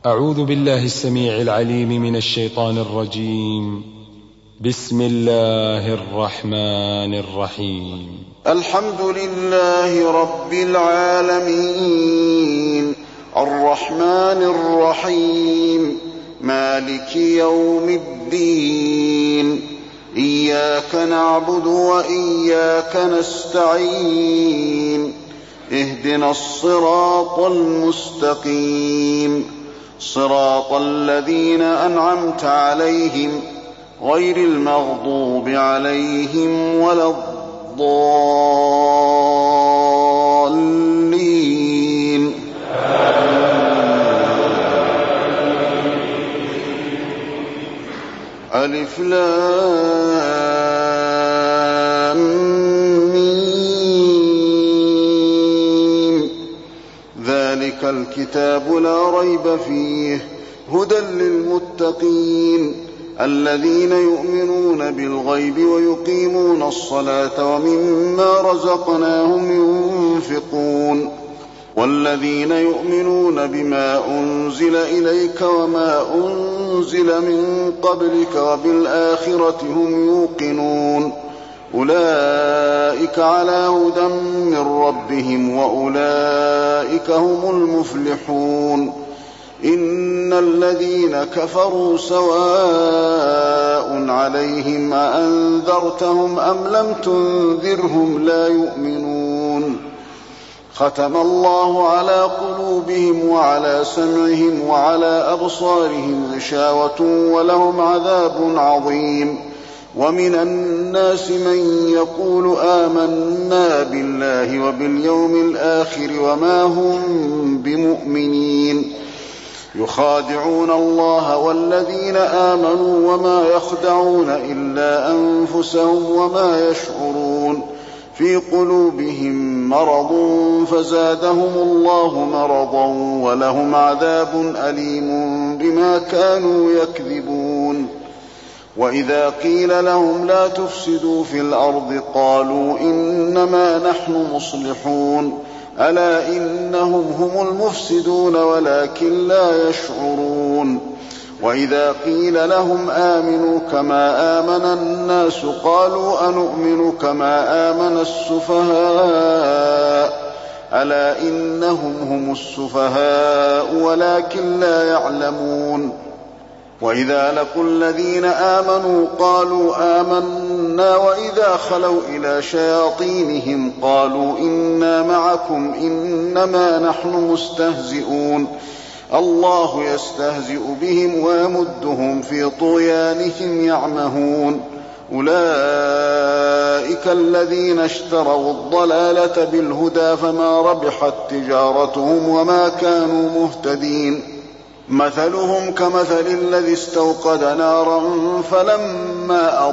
أعوذ بالله السميع العليم من الشيطان الرجيم. بسم الله الرحمن الرحيم. الحمد لله رب العالمين، الرحمن الرحيم، مالك يوم الدين، إياك نعبد وإياك نستعين، اهدنا الصراط المستقيم، صراط الذين أنعمت عليهم غير المغضوب عليهم ولا الضالين. ألف لام ميم، ذلك الكتاب لا ريب فيه هدى للمتقين الذين يؤمنون بالغيب ويقيمون الصلاة ومما رزقناهم ينفقون، والذين يؤمنون بما أنزل إليك وما أنزل من قبلك وبالآخرة هم يوقنون، أولئك على هدى من ربهم وأولئك هم المفلحون. إن الذين كفروا سواء عليهم أأنذرتهم أم لم تنذرهم لا يؤمنون، ختم الله على قلوبهم وعلى سمعهم وعلى أبصارهم غشاوة ولهم عذاب عظيم. ومن الناس من يقول آمنا بالله وباليوم الآخر وما هم بمؤمنين، يخادعون الله والذين آمنوا وما يخدعون إلا أنفسهم وما يشعرون، في قلوبهم مرض فزادهم الله مرضا ولهم عذاب أليم بما كانوا يكذبون. وإذا قيل لهم لا تفسدوا في الأرض قالوا إنما نحن مصلحون، ألا إنهم هم المفسدون ولكن لا يشعرون. وإذا قيل لهم آمنوا كما آمن الناس قالوا أنؤمن كما آمن السفهاء، ألا إنهم هم السفهاء ولكن لا يعلمون. وإذا لقوا الذين آمنوا قالوا آمنا وإذا خلوا إلى شياطينهم قالوا إنا معكم إنما نحن مستهزئون، الله يستهزئ بهم ويمدهم في طغيانهم يعمهون. أولئك الذين اشتروا الضلالة بالهدى فما ربحت تجارتهم وما كانوا مهتدين. مثلهم كمثل الذي استوقد نارا فلما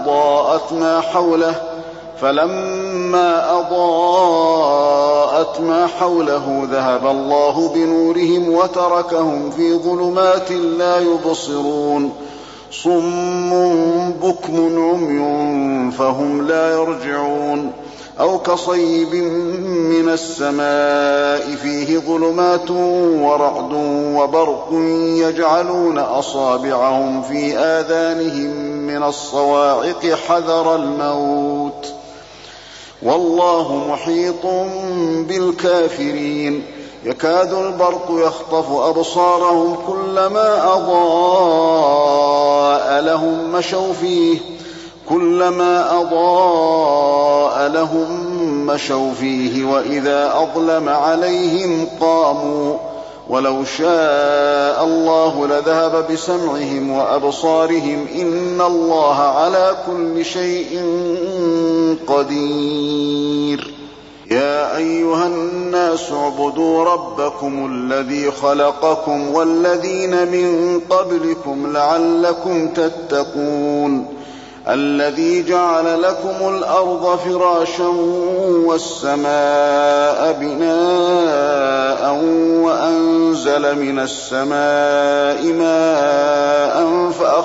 أضاءت ما حوله ذهب الله بنورهم وتركهم في ظلمات لا يبصرون، صم بكم عمي فهم لا يرجعون. أو كصيب من السماء فيه ظلمات ورعد وبرق يجعلون أصابعهم في آذانهم من الصواعق حذر الموت، والله محيط بالكافرين. يكاد البرق يخطف أبصارهم كلما أضاء لهم مشوا فيه وإذا أظلم عليهم قاموا، ولو شاء الله لذهب بسمعهم وأبصارهم إن الله على كل شيء قدير. يا أيها الناس اعبدوا ربكم الذي خلقكم والذين من قبلكم لعلكم تتقون، الذي جعل لكم الأرض فراشا والسماء بناء وأنزل من السماء ماء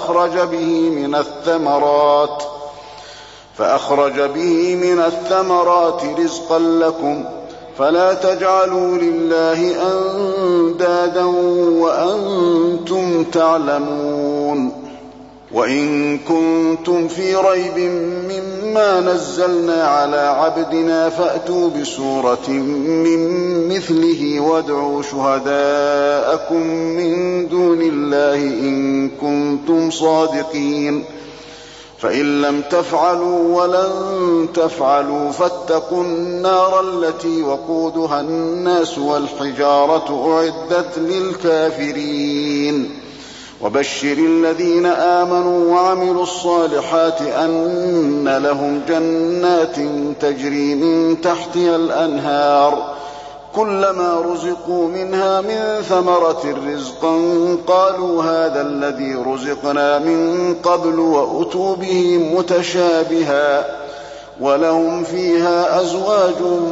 فأخرج به من الثمرات رزقا لكم، فلا تجعلوا لله أندادا وأنتم تعلمون. وإن كنتم في ريب مما نزلنا على عبدنا فأتوا بسورة من مثله وادعوا شهداءكم من دون الله إن كنتم صادقين. فإن لم تفعلوا ولن تفعلوا فاتقوا النار التي وقودها الناس والحجارة أعدت للكافرين. وبشر الذين آمنوا وعملوا الصالحات أن لهم جنات تجري من تحتها الأنهار كلما رزقوا منها من ثمرة رزقا قالوا هذا الذي رزقنا من قبل وأتوا به متشابها ولهم فيها أزواج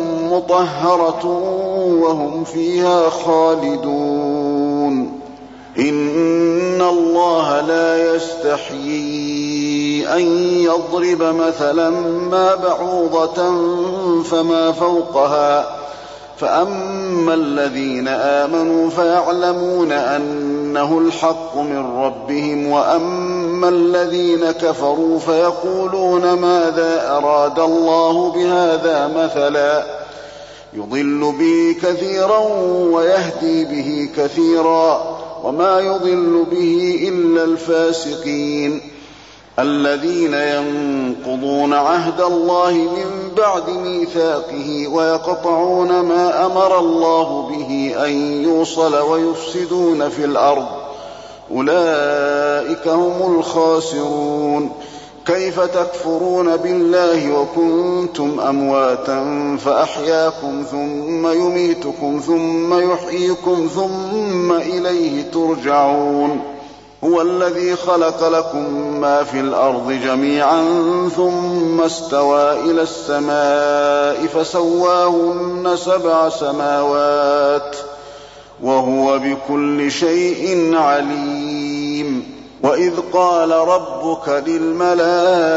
مطهرة وهم فيها خالدون. إن الله لا يستحيي أن يضرب مثلا ما بعوضة فما فوقها فأما الذين آمنوا فيعلمون أنه الحق من ربهم وأما الذين كفروا فيقولون ماذا أراد الله بهذا مثلا يضل به كثيرا ويهدي به كثيرا وما يضل به إلا الفاسقين الذين ينقضون عهد الله من بعد ميثاقه ويقطعون ما أمر الله به أن يوصل ويفسدون في الأرض أولئك هم الخاسرون. كيف تكفرون بالله وكنتم أمواتا فأحياكم ثم يميتكم ثم يحييكم ثم إليه ترجعون. هو الذي خلق لكم ما في الأرض جميعا ثم استوى إلى السماء فسواهن 7 سماوات وهو بكل شيء عليم. وإذ قال ربك للملائكة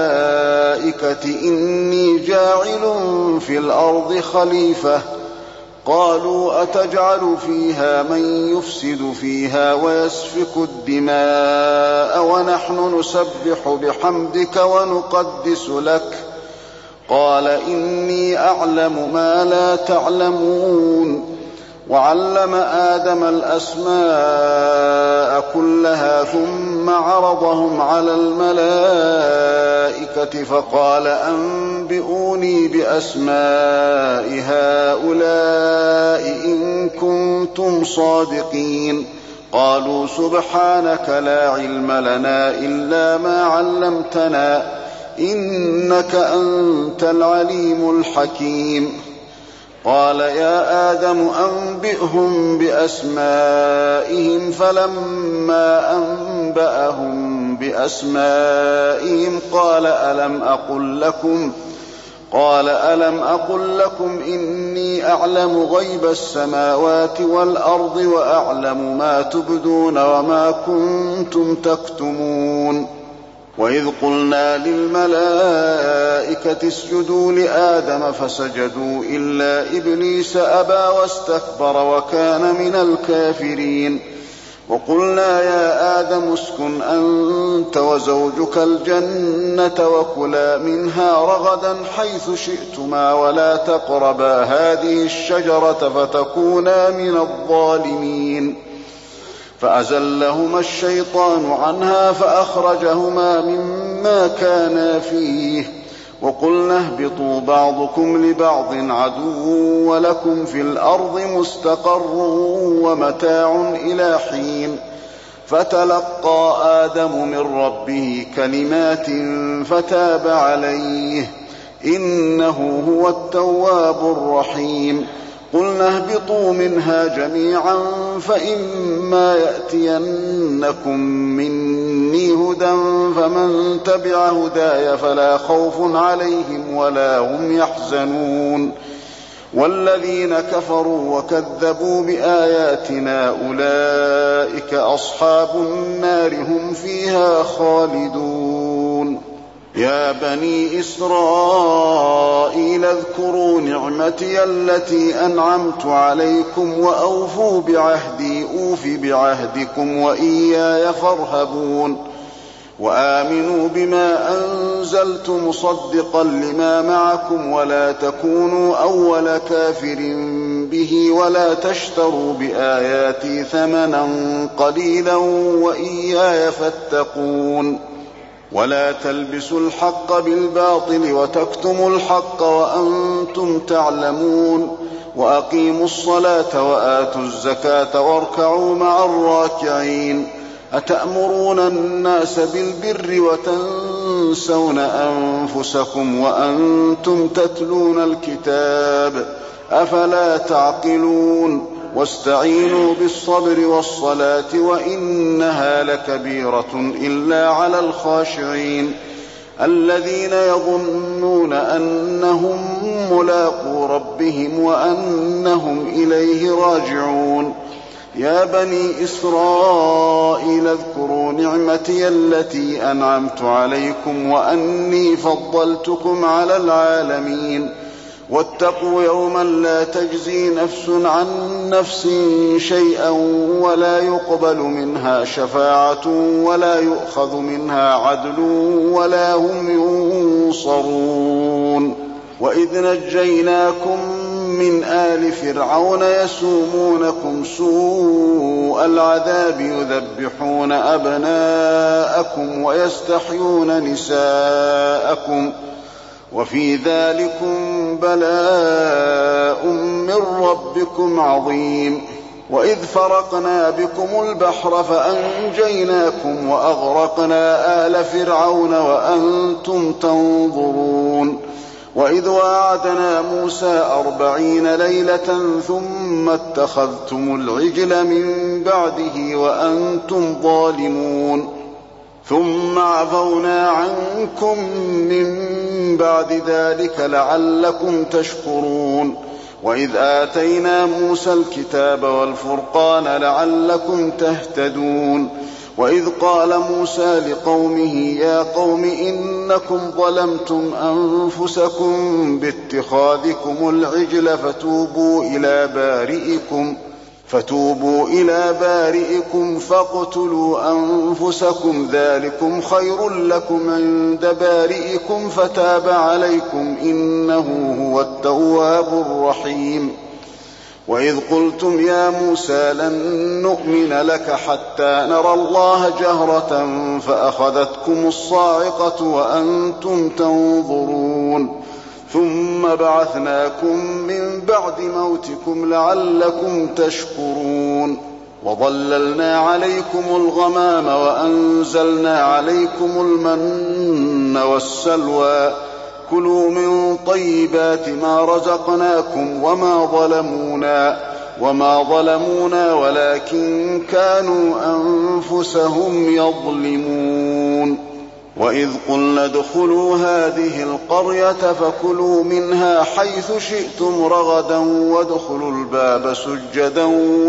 إني جاعل في الأرض خليفة قالوا أتجعل فيها من يفسد فيها ويسفك الدماء ونحن نسبح بحمدك ونقدس لك قال إني أعلم ما لا تعلمون. وعلم آدم الأسماء كلها ثم عرضهم على الملائكة فقال أنبئوني بأسماء هؤلاء إن كنتم صادقين. قالوا سبحانك لا علم لنا إلا ما علمتنا إنك أنت العليم الحكيم. قال يا آدم أنبئهم بأسمائهم فلما أنبأهم بأسمائهم قال ألم أقل لكم إني أعلم غيب السماوات والأرض وأعلم ما تبدون وما كنتم تكتمون. وإذ قلنا للملائكة اسجدوا لآدم فسجدوا إلا إبليس أبى واستكبر وكان من الكافرين. وقلنا يا آدم اسكن أنت وزوجك الجنة وكلا منها رغدا حيث شئتما ولا تقربا هذه الشجرة فتكونا من الظالمين. فأزلهما الشيطان عنها فأخرجهما مما كانا فيه وقلنا اهبطوا بعضكم لبعض عدو ولكم في الأرض مستقر ومتاع إلى حين. فتلقى آدم من ربه كلمات فتاب عليه إنه هو التواب الرحيم. قلنا اهبطوا منها جميعا فإما يأتينكم مني هدى فمن تبع هداي فلا خوف عليهم ولا هم يحزنون. والذين كفروا وكذبوا بآياتنا أولئك أصحاب النار هم فيها خالدون. يا بني إسرائيل اذكروا نعمتي التي أنعمت عليكم وأوفوا بعهدي أوف بعهدكم وإياي فارهبون وآمنوا بما أنزلت مصدقا لما معكم ولا تكونوا أول كافر به ولا تشتروا بآياتي ثمنا قليلا وإياي فاتقون ولا تلبسوا الحق بالباطل وتكتموا الحق وأنتم تعلمون وأقيموا الصلاة وآتوا الزكاة واركعوا مع الراكعين أتأمرون الناس بالبر وتنسون أنفسكم وأنتم تتلون الكتاب أفلا تعقلون واستعينوا بالصبر والصلاة وإنها لكبيرة إلا على الخاشعين الذين يظنون أنهم ملاقو ربهم وأنهم إليه راجعون يا بني إسرائيل اذكروا نعمتي التي أنعمت عليكم وأني فضلتكم على العالمين واتقوا يوما لا تجزي نفس عن نفس شيئا ولا يقبل منها شفاعة ولا يؤخذ منها عدل ولا هم ينصرون وإذ نجيناكم من آل فرعون يسومونكم سوء العذاب يذبحون أبناءكم ويستحيون نساءكم وفي ذلكم بلاء من ربكم عظيم وإذ فرقنا بكم البحر فأنجيناكم وأغرقنا آل فرعون وأنتم تنظرون وإذ وعدنا موسى 40 ليلة ثم اتخذتم العجل من بعده وأنتم ظالمون ثم عفونا عنكم من بعد ذلك لعلكم تشكرون وإذ آتينا موسى الكتاب والفرقان لعلكم تهتدون وإذ قال موسى لقومه يا قوم إنكم ظلمتم أنفسكم باتخاذكم العجل فتوبوا إلى بارئكم فاقتلوا أنفسكم ذلكم خير لكم عند بارئكم فتاب عليكم إنه هو التواب الرحيم وإذ قلتم يا موسى لن نؤمن لك حتى نرى الله جهرة فأخذتكم الصاعقة وأنتم تنظرون ثم بعثناكم من بعد موتكم لعلكم تشكرون وظللنا عليكم الغمام وأنزلنا عليكم المن والسلوى كلوا من طيبات ما رزقناكم وما ظلمونا ولكن كانوا أنفسهم يظلمون وإذ قلنا ادخلوا هذه القرية فكلوا منها حيث شئتم رغدا وادخلوا الباب سجدا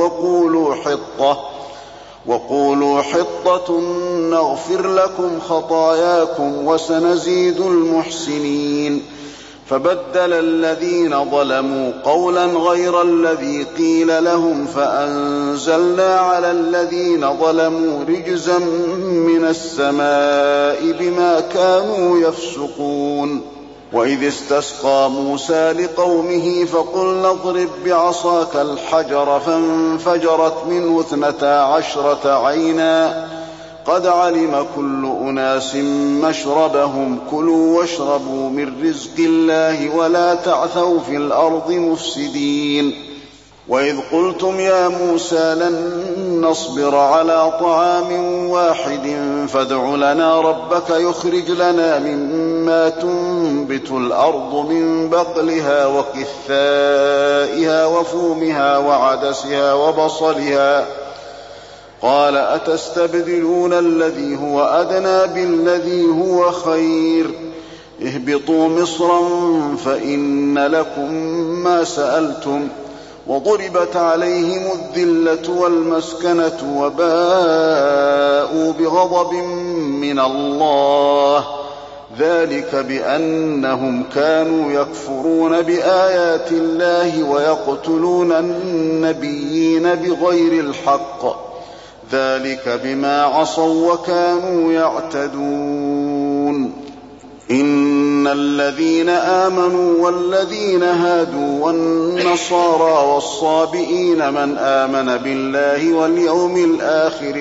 وقولوا حطة نغفر لكم خطاياكم وسنزيد المحسنين فبدل الذين ظلموا قولا غير الذي قيل لهم فأنزلنا على الذين ظلموا رجزا من السماء بما كانوا يفسقون وإذ استسقى موسى لقومه فقلنا اضرب بعصاك الحجر فانفجرت منه 12 عينا قد علم كل أناس مشربهم كلوا واشربوا من رزق الله ولا تعثوا في الأرض مفسدين وإذ قلتم يا موسى لن نصبر على طعام واحد فادع لنا ربك يخرج لنا مما تنبت الأرض من بقلها وقثائها وفومها وعدسها وبصلها قال أتستبدلون الذي هو أدنى بالذي هو خير اهبطوا مصرا فإن لكم ما سألتم وضربت عليهم الذلة والمسكنة وباءوا بغضب من الله ذلك بأنهم كانوا يكفرون بآيات الله ويقتلون النبيين بغير الحق، ذلك بما عصوا وكانوا يعتدون. إن الذين آمنوا والذين هادوا والنصارى والصابئين من آمن بالله واليوم الآخر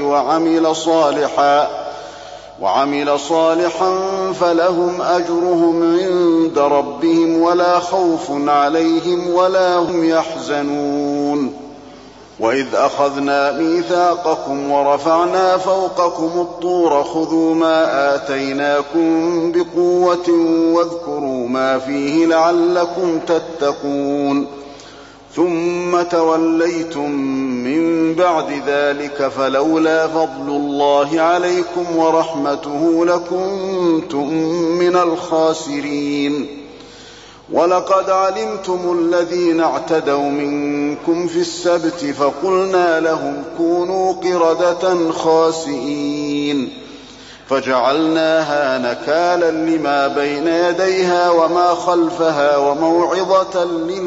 وعمل صالحا فلهم أجرهم عند ربهم ولا خوف عليهم ولا هم يحزنون. وإذ أخذنا ميثاقكم ورفعنا فوقكم الطور خذوا ما آتيناكم بقوة واذكروا ما فيه لعلكم تتقون، ثم توليتم من بعد ذلك فلولا فضل الله عليكم ورحمته لكنتم من الخاسرين. ولقد علمتم الذين اعتدوا منكم في السبت فقلنا لهم كونوا قردة خاسئين، فجعلناها نكالا لما بين يديها وما خلفها وموعظة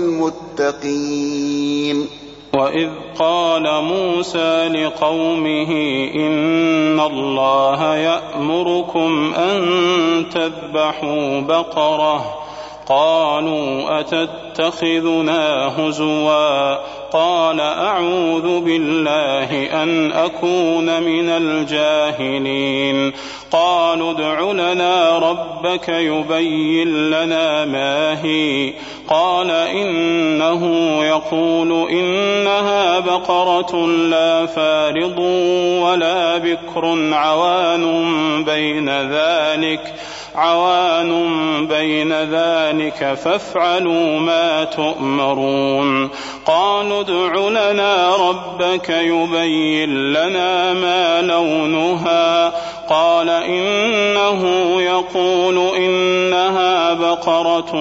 للمتقين. وإذ قال موسى لقومه إن الله يأمركم أن تذبحوا بقرة، قالوا أتتخذنا هزوا، قال أعوذ بالله أن أكون من الجاهلين. قالوا ادع لنا ربك يبين لنا ما هي، قال إنه يقول إنها بقرة لا فارض ولا بكر عوان بين ذلك فافعلوا ما تؤمرون. قالوا ادع لنا ربك يبين لنا ما لونها، قال إنه يقول إنها بقرة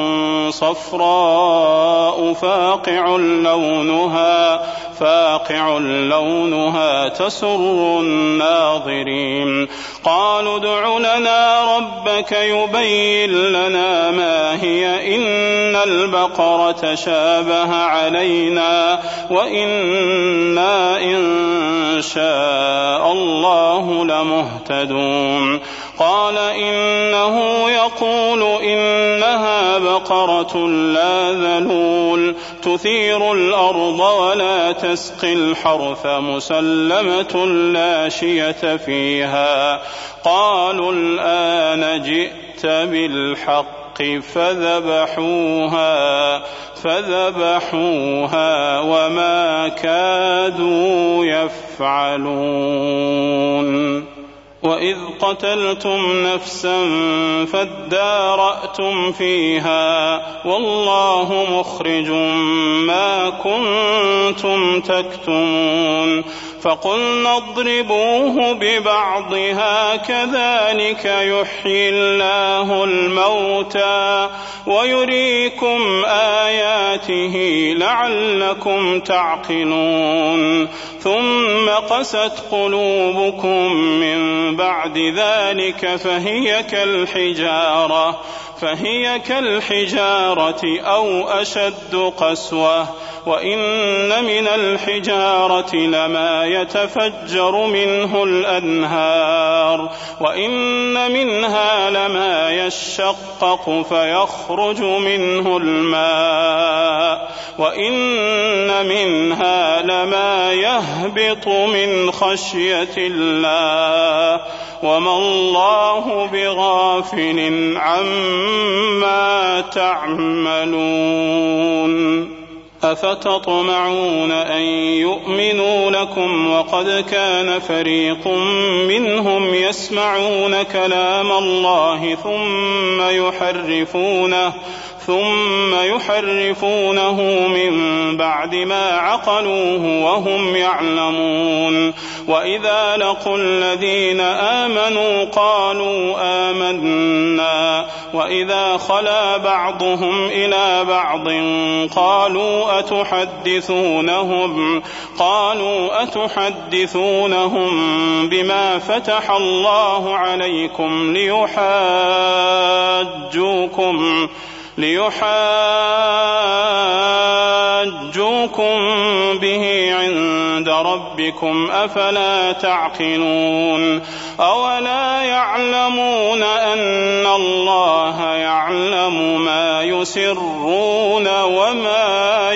صفراء فاقع لونها تسر الناظرين. قالوا ادع لنا ربك يبين لنا ما هي إن البقرة شابه علينا وإنا إن شاء الله لمهتدون. قال إنه يقول إنها بقرة لا ذلول تثير الأرض ولا تسقي الحرث مسلمة لا شية فيها. قالوا الآن جئت بالحق فذبحوها وما كادوا يفعلون. وإذ قتلتم نفسا فادارأتم فيها والله مخرج ما كنتم تكتمون. فقلنا اضربوه ببعضها كذلك يحيي الله الموتى ويريكم آياته لعلكم تعقلون. ثم قست قلوبكم من بعد ذلك فهي كالحجارة أو أشد قسوة. وإن من الحجارة لما يتفجر منه الأنهار وإن منها لما يشقق فيخرج منه الماء وإن منها لما يهبط من خشية الله وما الله بغافل عما تعملون. أفتطمعون أن يؤمنوا لكم وقد كان فريق منهم ثم يحرفونه من بعد ما عقلوه وهم يعلمون. وإذا لقوا الذين آمنوا قالوا آمنا وإذا خلا بعضهم إلى بعض قالوا أتحدثونهم بما فتح الله عليكم ليحاجوكم به عند ربكم أفلا تعقلون. أولا يعلمون أن الله يعلم ما يسرون وما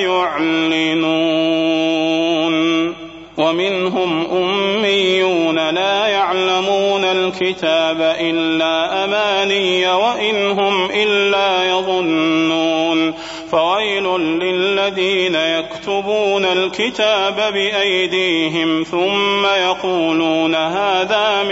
يعلنون. ومنهم أميون لا يعلمون الكتاب إلا أماني وإن هم إلا يظنون. فويل للذين يكتبون الكتاب بأيديهم ثم يقولون هذا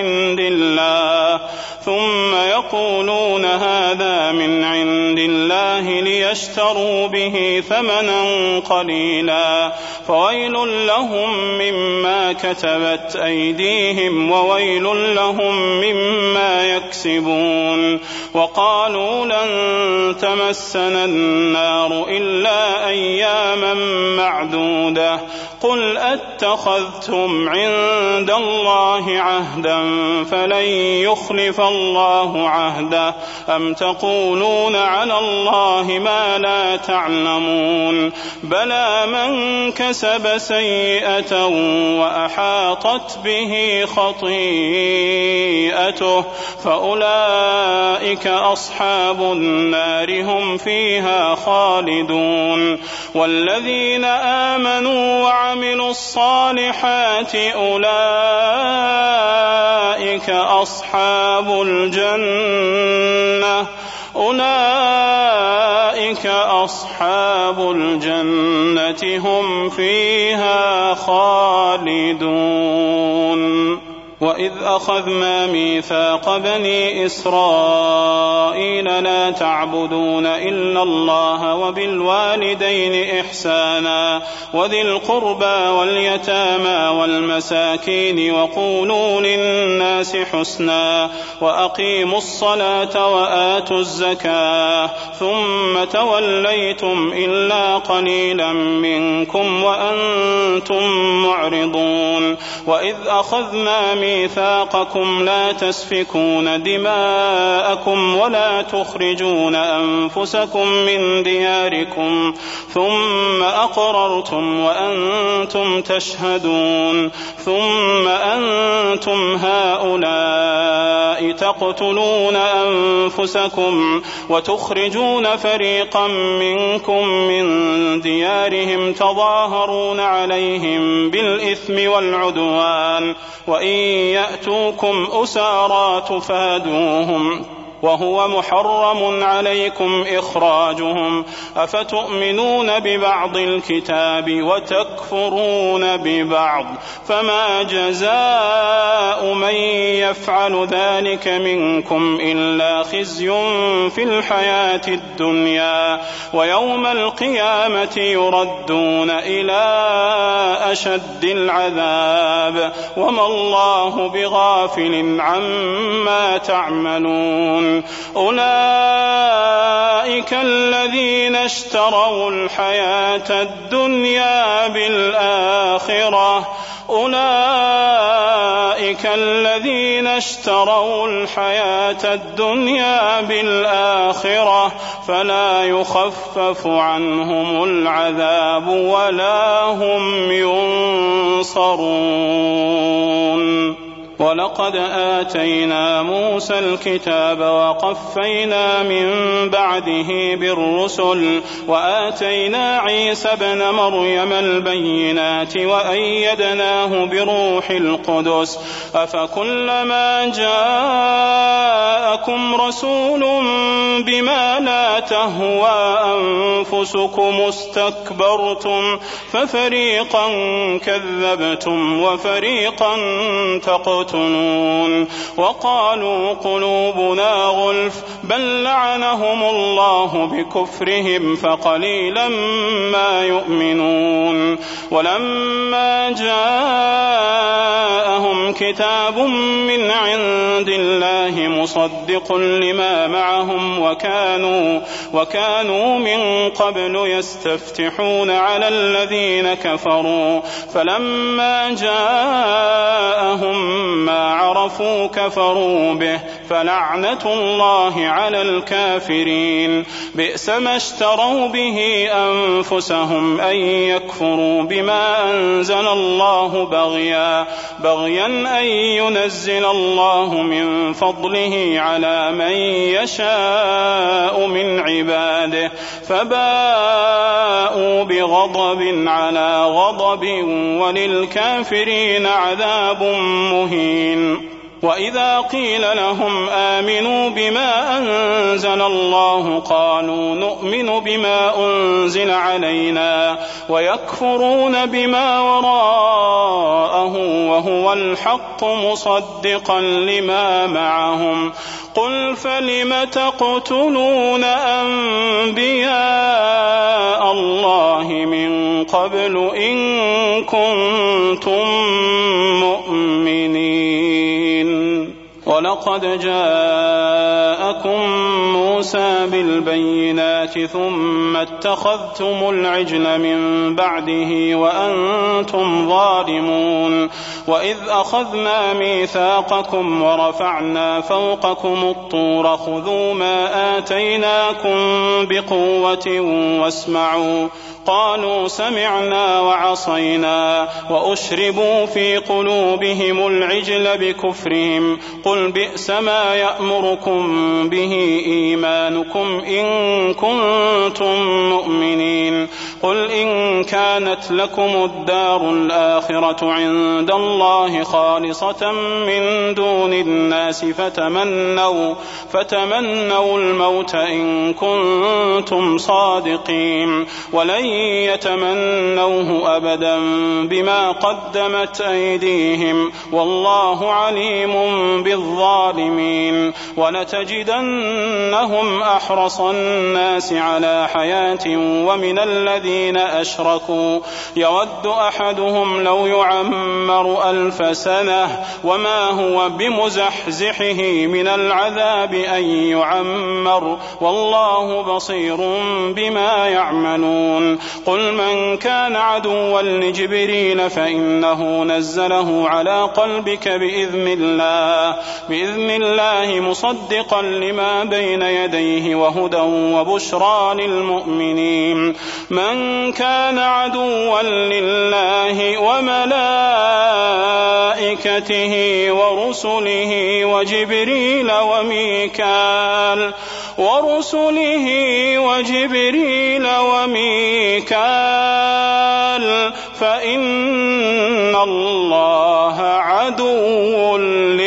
من عند الله ليشتروا به ثمنا قليلا فويل لهم مما كتبت أيديهم وويل لهم مما يكسبون. وقالوا لن تمسنا النار إلا أياما معدودة قل أتخذتم عند الله عهدا فلن يخلف الله عهده أم تقولون على الله ما لا تعلمون. بلى من كسب سيئة وأحاطت به خطيئته فأولئك أصحاب النار هم فيها خالدون. والذين آمنوا وعملوا الصالحات أولئك أصحاب الجنة هم فيها خالدون. وإذ أخذنا ميثاق بني إسرائيل لا تعبدون إلا الله وبالوالدين إحسانا وذي القربى واليتامى والمساكين وقولوا للناس حسنا وأقيموا الصلاة وآتوا الزكاة ثم توليتم إلا قليلا منكم وأنتم معرضون. وإذ أخذنا ميثاقكم لا تسفكون دماءكم ولا تخرجون أنفسكم من دياركم ثم أقررتم وأنتم تشهدون. ثم أنتم هؤلاء تقتلون أنفسكم وتخرجون فريقا منكم من ديارهم تظاهرون عليهم بالإثم والعدوان وإن يأتوكم أسارى تفادوهم وهو محرم عليكم إخراجهم أفتؤمنون ببعض الكتاب وتكفرون ببعض فما جزاء من يفعل ذلك منكم إلا خزي في الحياة الدنيا ويوم القيامة يردون إلى أشد العذاب وما الله بغافل عما تعملون. أولئك الذين اشتروا الحياة الدنيا بالآخرة فلا يخفف عنهم العذاب ولا هم ينصرون. ولقد آتينا موسى الكتاب وقفينا من بعده بالرسل وآتينا عيسى ابن مريم البينات وأيدناه بروح القدس أفكلما جاءكم رسول بما لا تهوى أنفسكم استكبرتم ففريقا كذبتم وفريقا تقتلون. يفتنون وقالوا قلوبنا غلف بل لعنهم الله بكفرهم فقليلا ما يؤمنون ولما جاءهم كتاب من عند الله مصدق لما معهم وكانوا من قبل يستفتحون على الذين كفروا فلما جاءهم ما عرفوا كفروا به فلعنة الله على الكافرين بئس ما اشتروا به أنفسهم أن يكفروا بما أنزل الله بغيا أن ينزل الله من فضله على من يشاء من عباده فباءوا بغضب على غضب وللكافرين عذاب مهين وإذا قيل لهم آمنوا بما أنزل الله قالوا نؤمن بما أنزل علينا ويكفرون بما وراءه وهو الحق مصدقا لما معهم قل فلم تقتلون أنبياء الله من قبل إن كنتم مؤمنين ولقد جاءكم موسى بالبينات ثم اتخذتم العجل من بعده وأنتم ظالمون وإذ أخذنا ميثاقكم ورفعنا فوقكم الطور خذوا ما آتيناكم بقوة واسمعوا قالوا سمعنا وعصينا وأشربوا في قلوبهم العجل بكفرهم قل بئس ما يأمركم به إيمانكم إن كنتم مؤمنين قل إن كانت لكم الدار الآخرة عند الله خالصة من دون الناس فتمنوا الموت إن كنتم صادقين ولن يتمنوه أبدا بما قدمت أيديهم والله عليم بالظالمين ولتجدنهم أحرص الناس على حياة ومن الذين أشركوا يود أحدهم لو يعمر 1000 سنة وما هو بمزحزحه من العذاب أن يعمر والله بصير بما يعملون قل من كان عدوا لجبريل فإنه نزله على قلبك بإذن الله مصدقا لما بين يديه وهدى وبشرى للمؤمنين من كان عدوا لله وملائكته ورسله وجبريل وميكال فإن الله عدو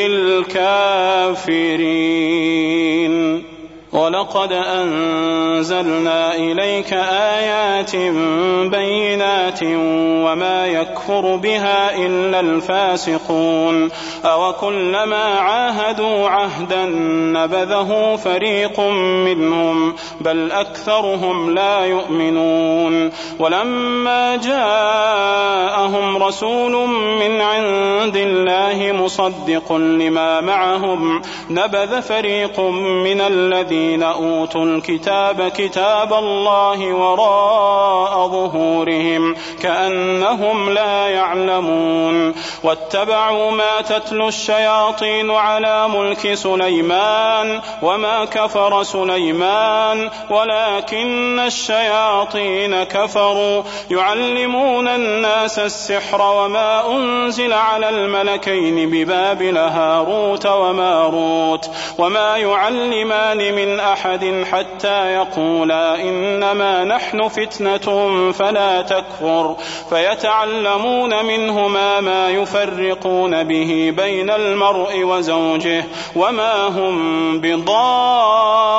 للكافرين ولقد أنزلنا إليك آيات بينات وما يكفر بها إلا الفاسقون أوكلما عاهدوا عهدا نبذه فريق منهم بل أكثرهم لا يؤمنون ولما جاءهم رسول من عند الله مصدق لما معهم نبذ فريق من الذين أوتوا الكتاب كتاب الله وراء ظهورهم كأنهم لا يعلمون واتبعوا ما تتلو الشياطين على ملك سليمان وما كفر سليمان ولكن الشياطين كفروا يعلمون الناس السحر وما أنزل على الملكين ببابل هاروت وماروت وما يعلمان من أحد حتى يقولا إنما نحن فتنة فلا تكفر فيتعلمون منهما ما يفرقون به بين المرء وزوجه وما هم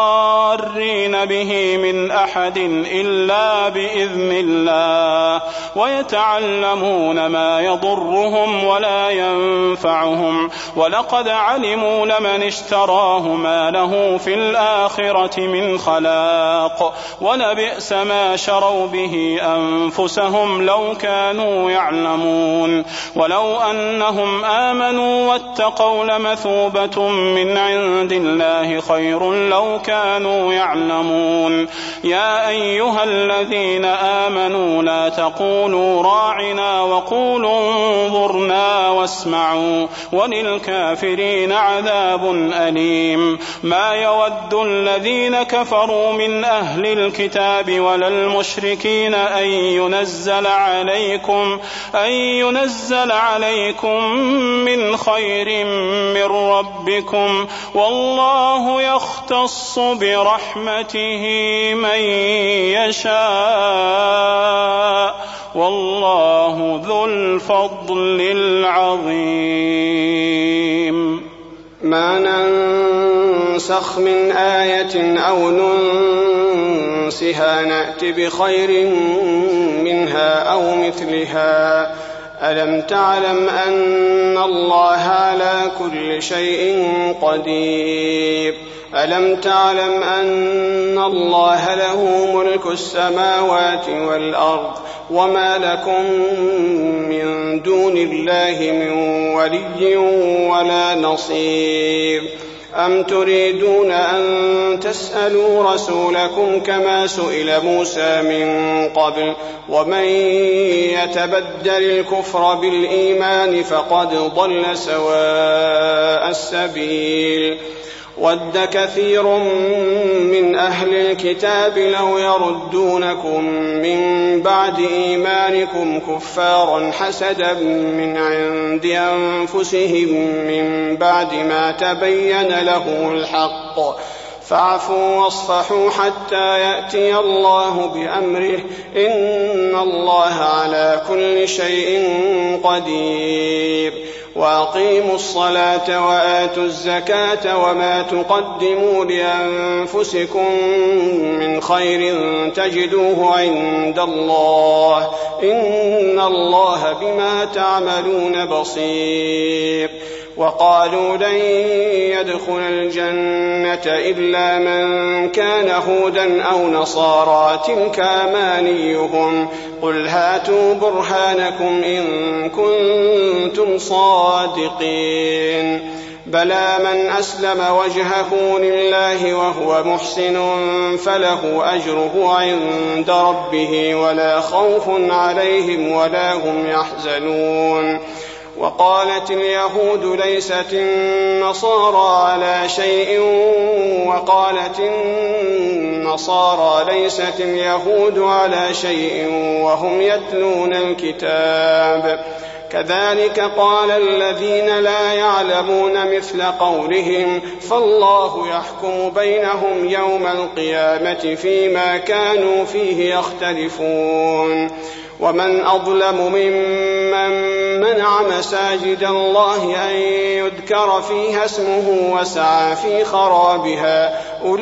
بضارين به من أحد إلا بإذن الله ويتعلمون ما يضرهم ولا ينفعهم ولقد علموا لمن اشتراه ما له في الآخرة من خلاق ولبئس ما شروا به أنفسهم لو كانوا يعلمون ولو أنهم آمنوا واتقوا لمثوبة من عند الله خير لو كانوا يعلمون يا أيها الذين آمنوا لا تقولوا راعنا وقولوا انظرنا واسمعوا وللكافرين عذاب أليم ما يود الذين كفروا من أهل الكتاب ولا المشركين أن ينزل عليكم من خير من ربكم والله يختص برحمته من يشاء والله ذو الفضل العظيم ما ننسخ من آية أو ننسها نأت بخير منها أو مثلها ألم تعلم أن الله على كل شيء قدير ألم تعلم أن الله له ملك السماوات والأرض وما لكم من دون الله من ولي ولا نصير أم تريدون أن تسألوا رسولكم كما سئل موسى من قبل ومن يتبدل الكفر بالإيمان فقد ضل سواء السبيل ود كثير من أهل الكتاب لو يردونكم من بعد إيمانكم كفارا حسدا من عند أنفسهم من بعد ما تبين له الحق فاعفوا واصفحوا حتى يأتي الله بأمره إن الله على كل شيء قدير وأقيموا الصلاة وآتوا الزكاة وما تقدموا لأنفسكم من خير تجدوه عند الله إن الله بما تعملون بصير وقالوا لن يدخل الجنة إلا من كان هودا أو نصارى تلك أمانيهم قل هاتوا برهانكم إن كنتم صادقين بلى من أسلم وجهه لله وهو محسن فله أجره عند ربه ولا خوف عليهم ولا هم يحزنون وقالت اليهود ليست النصارى على شيء وقالت النصارى ليست اليهود على شيء وهم يتلون الكتاب كذلك قال الذين لا يعلمون مثل قولهم فالله يحكم بينهم يوم القيامة فيما كانوا فيه يختلفون ومن أظلم ممن منع مساجد الله أن يذكر فيها اسمه وسعى في خرابها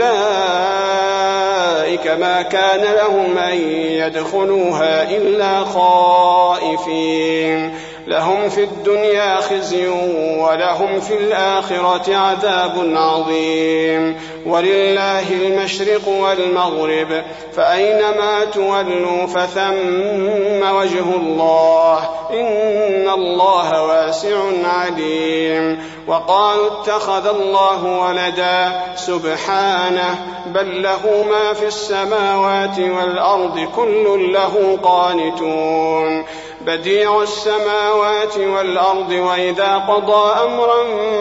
أولئك ما كان لهم أن يدخلوها إلا خائفين لهم في الدنيا خزي ولهم في الآخرة عذاب عظيم ولله المشرق والمغرب فأينما تولوا فثم وجه الله إن الله واسع عليم وقالوا اتخذ الله ولدا سبحانه بل له ما في السماوات والأرض كل له قانتون بديع السماوات والأرض وإذا قضى أمرا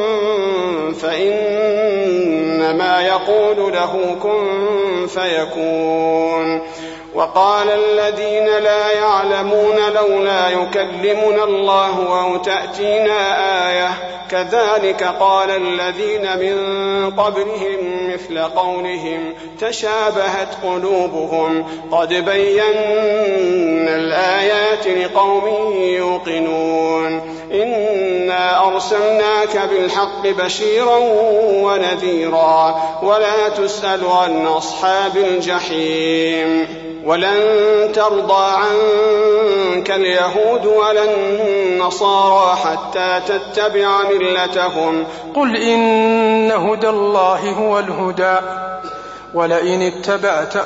فإنما يقول له كن فيكون وقال الذين لا يعلمون لولا يكلمنا الله أو تأتينا آية كذلك قال الذين من قبلهم مثل قولهم تشابهت قلوبهم قد بينا الآيات لقوم يوقنون إنا أرسلناك بالحق بشيرا ونذيرا ولا تسأل عن أصحاب الجحيم ولن ترضى عنك اليهود ولا النصارى حتى تتبع ملتهم. قل إن هدى الله هو الهدى ولئن اتبعت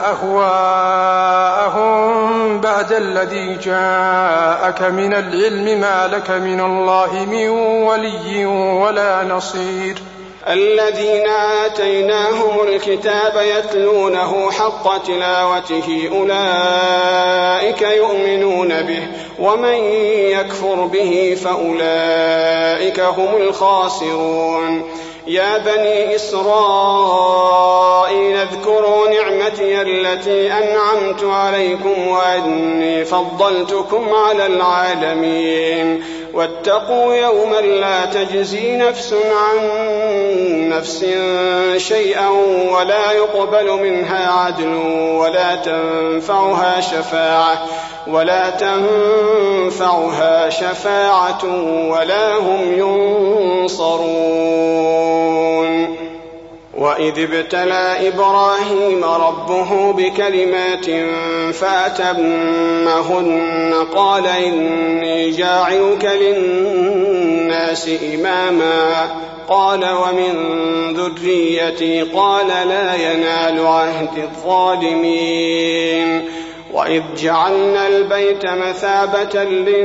أهواءهم بعد الذي جاءك من العلم ما لك من الله من ولي ولا نصير. الذين آتيناهم الكتاب يتلونه حق تلاوته أولئك يؤمنون به ومن يكفر به فأولئك هم الخاسرون. يا بني إسرائيل اذكروا نعمتي التي أنعمت عليكم وأني فضلتكم على العالمين. واتقوا يوما لا تجزي نفس عن نفس شيئا ولا يقبل منها عدل ولا تنفعها شفاعة ولا هم ينصرون. وإذ ابتلى إبراهيم ربه بكلمات فأتمهن قال إني جاعلك للناس إماما قال ومن ذريتي قال لا ينال عهد الظالمين. وإذ جعلنا البيت مثابة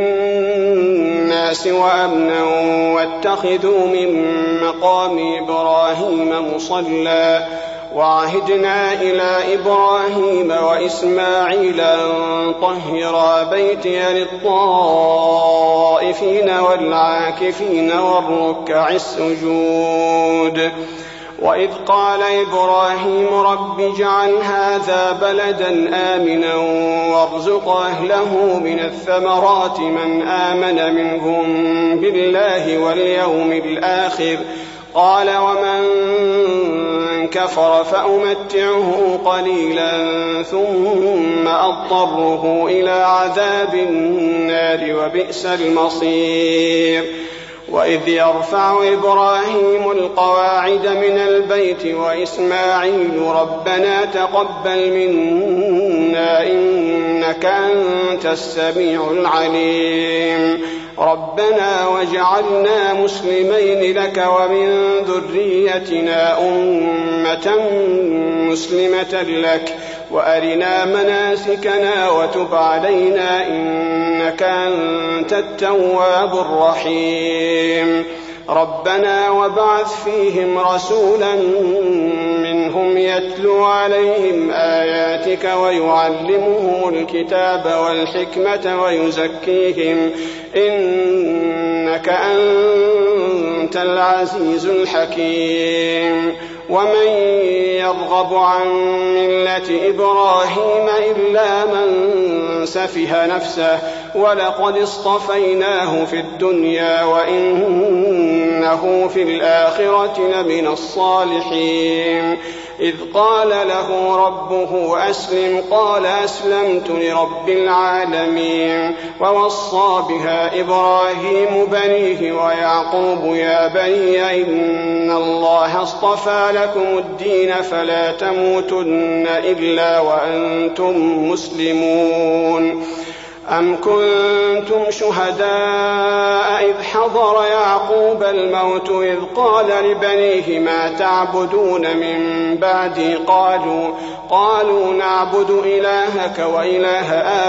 للناس وأمنا واتخذوا من مقام إبراهيم مصلى وعهدنا إلى إبراهيم وإسماعيل أن طهرا بيتي للطائفين والعاكفين والركع السجود. وإذ قال إبراهيم رب اجعل هذا بلدا آمنا وارزق أهله من الثمرات من آمن منهم بالله واليوم الآخر قال ومن كفر فأمتعه قليلا ثم أضطره إلى عذاب النار وبئس المصير. وإذ يرفع إبراهيم القواعد من البيت وإسماعيل ربنا تقبل منا إنك أنت السميع العليم ربنا واجعلنا مسلمين لك ومن ذريتنا أمة مسلمة لك وأرنا مناسكنا وتب علينا إنك أنت التواب الرحيم. ربنا وابعث فيهم رسولا منهم يتلو عليهم آياتك ويعلمهم الكتاب والحكمة ويزكيهم إنك أنت العزيز الحكيم. ومن يرغب عن ملة إبراهيم إلا من سفه نفسه ولقد اصطفيناه في الدنيا وإنه في الآخرة لمن الصالحين. إذ قال له ربه أسلم قال أسلمت لرب العالمين. ووصى بها إبراهيم بنيه ويعقوب يا بني إن الله اصطفى لكم الدين فلا تموتن إلا وأنتم مسلمون. أم كنتم شهداء إذ حضر يعقوب الموت إذ قال لبنيه ما تعبدون من بعدي قالوا نعبد إلهك وإله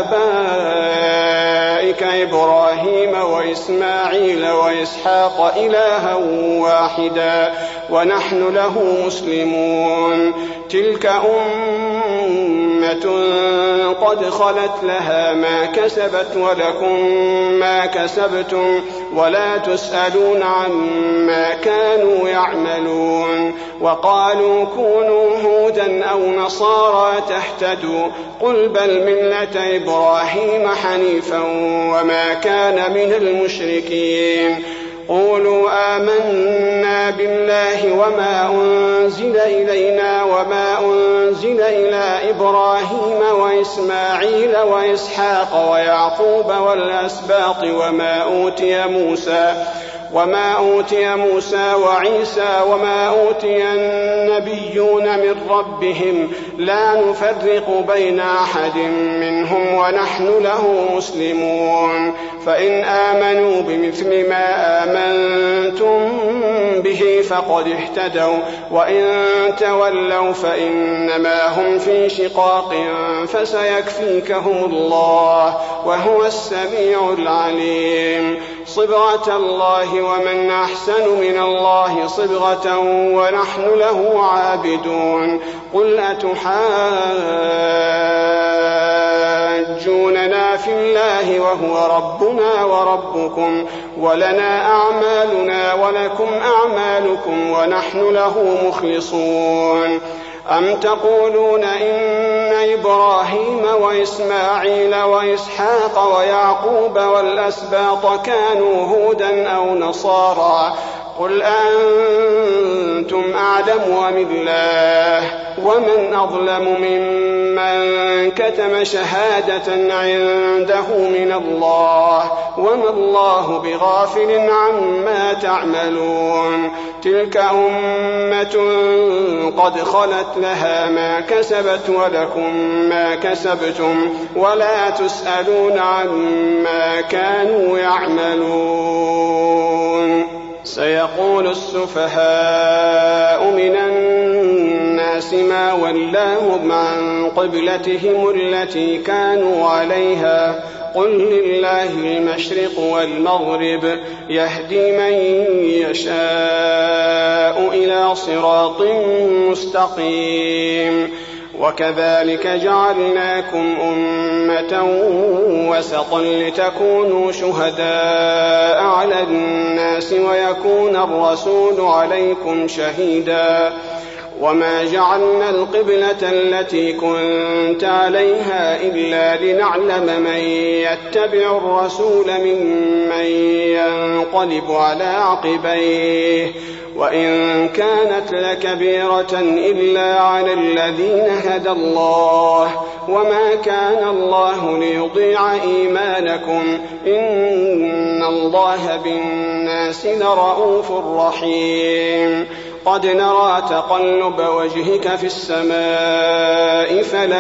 آبائك إبراهيم وإسماعيل وإسحاق إلها واحدا ونحن له مسلمون. تلك أمة قد خلت لها ما كسبت ولكم ما كسبتم ولا تسألون عما كانوا يعملون. وقالوا كونوا هودا أو نصارى تهتدوا قل بل ملة إبراهيم حنيفا وما كان من المشركين. قولوا آمنا بالله وما أنزل إلينا وما أنزل إلى إبراهيم وإسماعيل وإسحاق ويعقوب والأسباط وما أوتي موسى وعيسى وما أوتي النبيون من ربهم لا نفرق بين أحد منهم ونحن له مسلمون فإن آمنوا بمثل ما آمنتم به فقد اهتدوا وإن تولوا فإنما هم في شقاق فسيكفيكهم الله وهو السميع العليم صبغة الله ومن أحسن من الله صبغة ونحن له عابدون قل أتحاجوننا في الله وهو ربنا وربكم ولنا أعمالنا ولكم أعمالكم ونحن له مخلصون أم تقولون إن إبراهيم وإسماعيل وإسحاق ويعقوب والأسباط كانوا هودا أو نصارى قل أنتم أعلم أم الله ومن أظلم ممن كتم شهادة عنده من الله وما الله بغافل عما تعملون تلك أمة قد خلت لها ما كسبت ولكم ما كسبتم ولا تسألون عما كانوا يعملون سيقول السفهاء من الناس ما ولاهم عن قبلتهم التي كانوا عليها قل لله المشرق والمغرب يهدي من يشاء إلى صراط مستقيم وكذلك جعلناكم أمة وسطا لتكونوا شهداء على الناس ويكون الرسول عليكم شهيدا وما جعلنا القبلة التي كنت عليها إلا لنعلم من يتبع الرسول ممن ينقلب على عقبيه وإن كانت لكبيرة إلا على الذين هدى الله وما كان الله ليضيع إيمانكم إن الله بالناس لرءوف رحيم قد نرى تقلب وجهك في السماء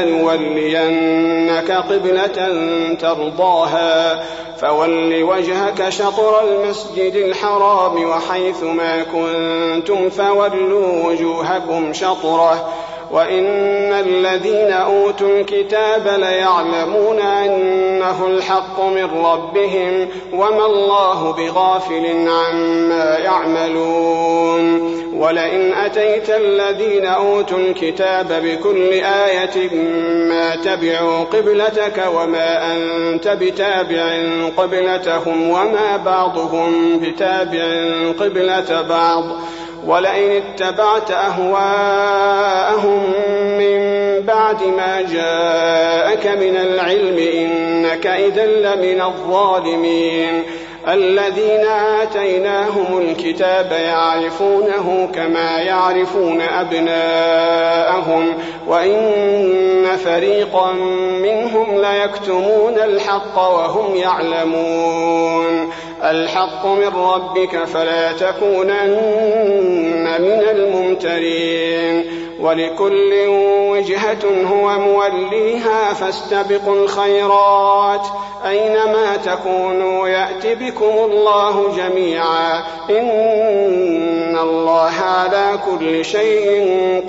فلنولينك قبلة ترضاها فول وجهك شطر المسجد الحرام وحيث ما كنتم فولوا وجوهكم شطره وإن الذين أوتوا الكتاب ليعلمون أنه الحق من ربهم وما الله بغافل عما يعملون ولئن أتيت الذين أوتوا الكتاب بكل آية ما تبعوا قبلتك وما أنت بتابع قبلتهم وما بعضهم بتابع قبلة بعض ولئن اتبعت أهواءهم من بعد ما جاءك من العلم إنك إذا لمن الظالمين الذين آتيناهم الكتاب يعرفونه كما يعرفون أبناءهم وإن فريقا منهم ليكتمون الحق وهم يعلمون الحق من ربك فلا تكونن من الممترين ولكل وجهة هو موليها فاستبقوا الخيرات أينما تكونوا يأت بكم الله جميعا إن الله على كل شيء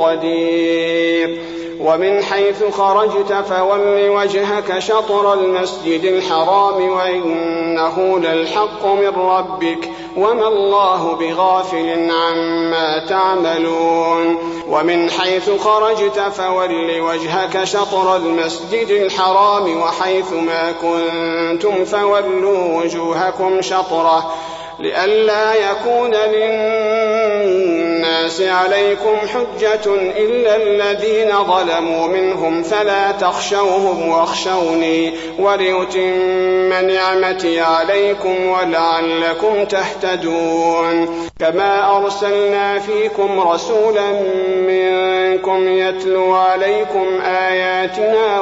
قدير ومن حيث خرجت فول وجهك شطر المسجد الحرام وإنه للحق من ربك وما الله بغافل عما تعملون ومن حيث خرجت فول وجهك شطر المسجد الحرام وحيث ما كنتم فولوا وجوهكم شطره لئلا يكون للناس الناس عليكم حجة إلا الذين ظلموا منهم فلا تخشوهم واخشوني وليتم نعمتي عليكم ولعلكم تهتدون كما أرسلنا فيكم رسولا منكم يتلو عليكم آياتنا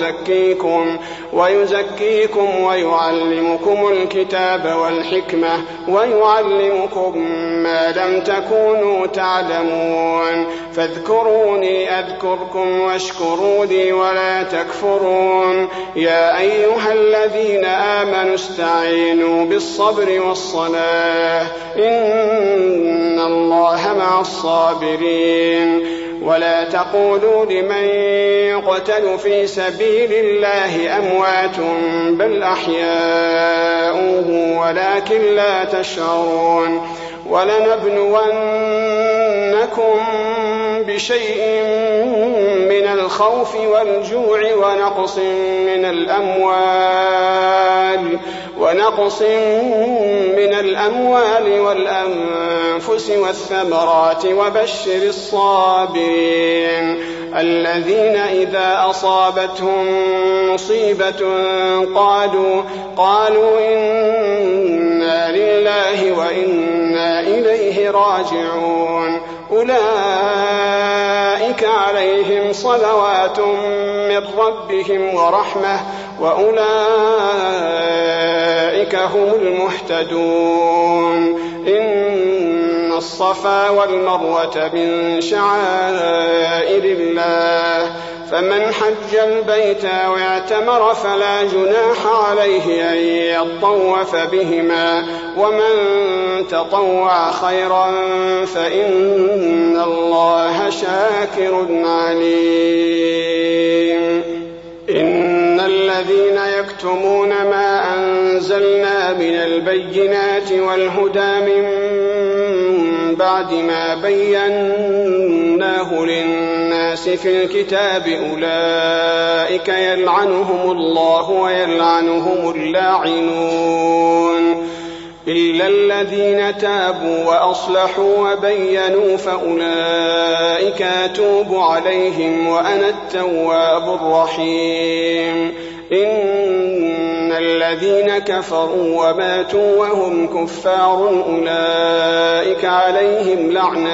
ويزكيكم ويعلمكم الكتاب والحكمة ويعلمكم ما لم تكونوا تعلمون فاذكروني أذكركم واشكروا لي ولا تكفرون يا أيها الذين آمنوا استعينوا بالصبر والصلاة إن الله مع الصابرين ولا تقولوا لمن يقتل في سبيل الله أموات بل أحياء ولكن لا تشعرون ولنبلونكم بشيء من الخوف والجوع ونقص من الأموال والأنفس والثمرات وبشر الصابرين الذين إذا أصابتهم مصيبة قالوا إنا لله وإنا إليه راجعون أولئك عليهم صلوات من ربهم ورحمة وأولئك هم المهتدون إن الصفا والمروة من شعائر الله فمن حج البيت أو اعتمر فلا جناح عليه أن يطوف بهما ومن تطوع خيرا فإن الله شاكر عليم إن الذين يكتمون ما أنزلنا من البينات والهدى من بعد ما بيناه للناس في الكتاب أولئك يلعنهم الله ويلعنهم اللاعنون إلا الذين تابوا وأصلحوا وبينوا فأولئك أتوب عليهم وأنا التواب الرحيم إن الذين كفروا وماتوا وهم كفار أولئك عليهم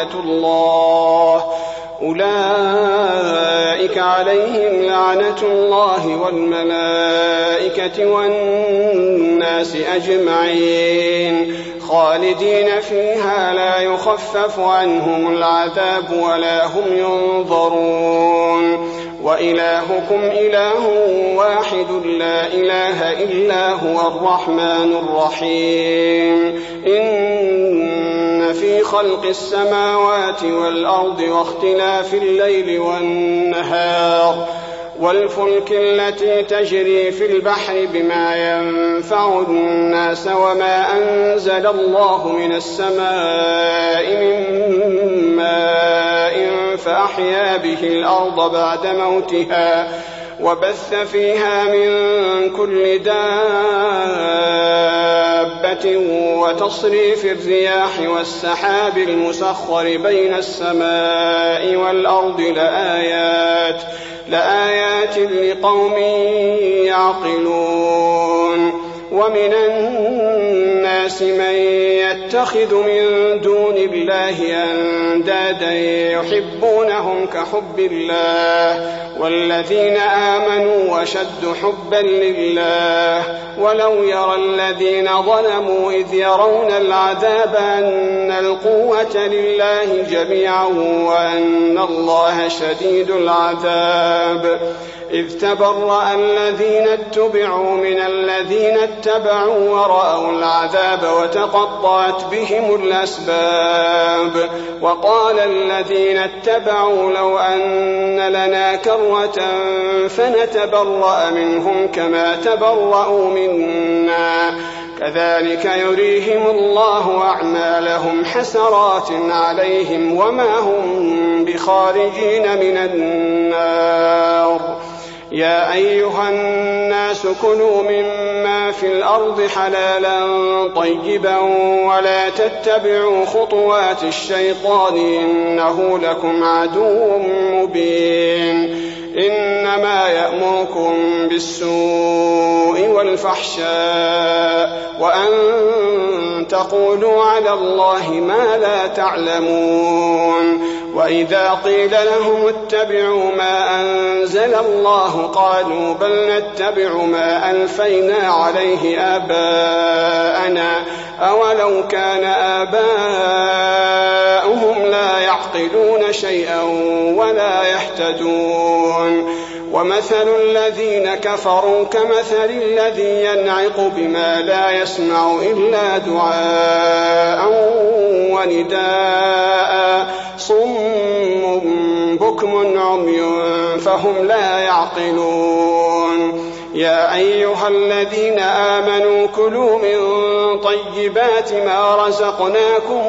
لعنة الله والملائكة والناس أجمعين خالدين فيها لا يخفف عنهم العذاب ولا هم ينظرون وإلهكم إله واحد لا إله إلا هو الرحمن الرحيم إن في خلق السماوات والأرض واختلاف الليل والنهار والفلك التي تجري في البحر بما ينفع الناس وما أنزل الله من السماء من ماء فأحيا به الأرض بعد موتها وبث فيها من كل دابة وتصريف الرياح والسحاب المسخر بين السماء والأرض لآيات لقوم يعقلون ومن الناس من يتخذ من دون الله أندادا يحبونهم كحب الله والذين آمنوا وشد حبا لله ولو يرى الذين ظلموا إذ يرون العذاب أن القوة لله جميعا وأن الله شديد العذاب إذ تبرأ الذين اتبعوا من الذين اتبعوا ورأوا العذاب وتقطعت بهم الأسباب وقال الذين اتبعوا لو أن لنا كرة فنتبرأ منهم كما تبرأوا منا كذلك يريهم الله أعمالهم حسرات عليهم وما هم بخارجين من النار يا أيها الناس كلوا مما في الأرض حلالا طيبا ولا تتبعوا خطوات الشيطان إنه لكم عدو مبين إنما يأمركم بالسوء والفحشاء وأن تقولوا على الله ما لا تعلمون وإذا قيل لهم اتبعوا ما أنزل الله قالوا بل نتبع ما ألفينا عليه آباءنا أولو كان آباؤهم لا يعقلون شيئا ولا يهتدون ومثل الذين كفروا كمثل الذي ينعق بما لا يسمع إلا دعاء ونداء صم بكم عمي فهم لا يعقلون يا أيها الذين آمنوا كلوا من طيبات ما رزقناكم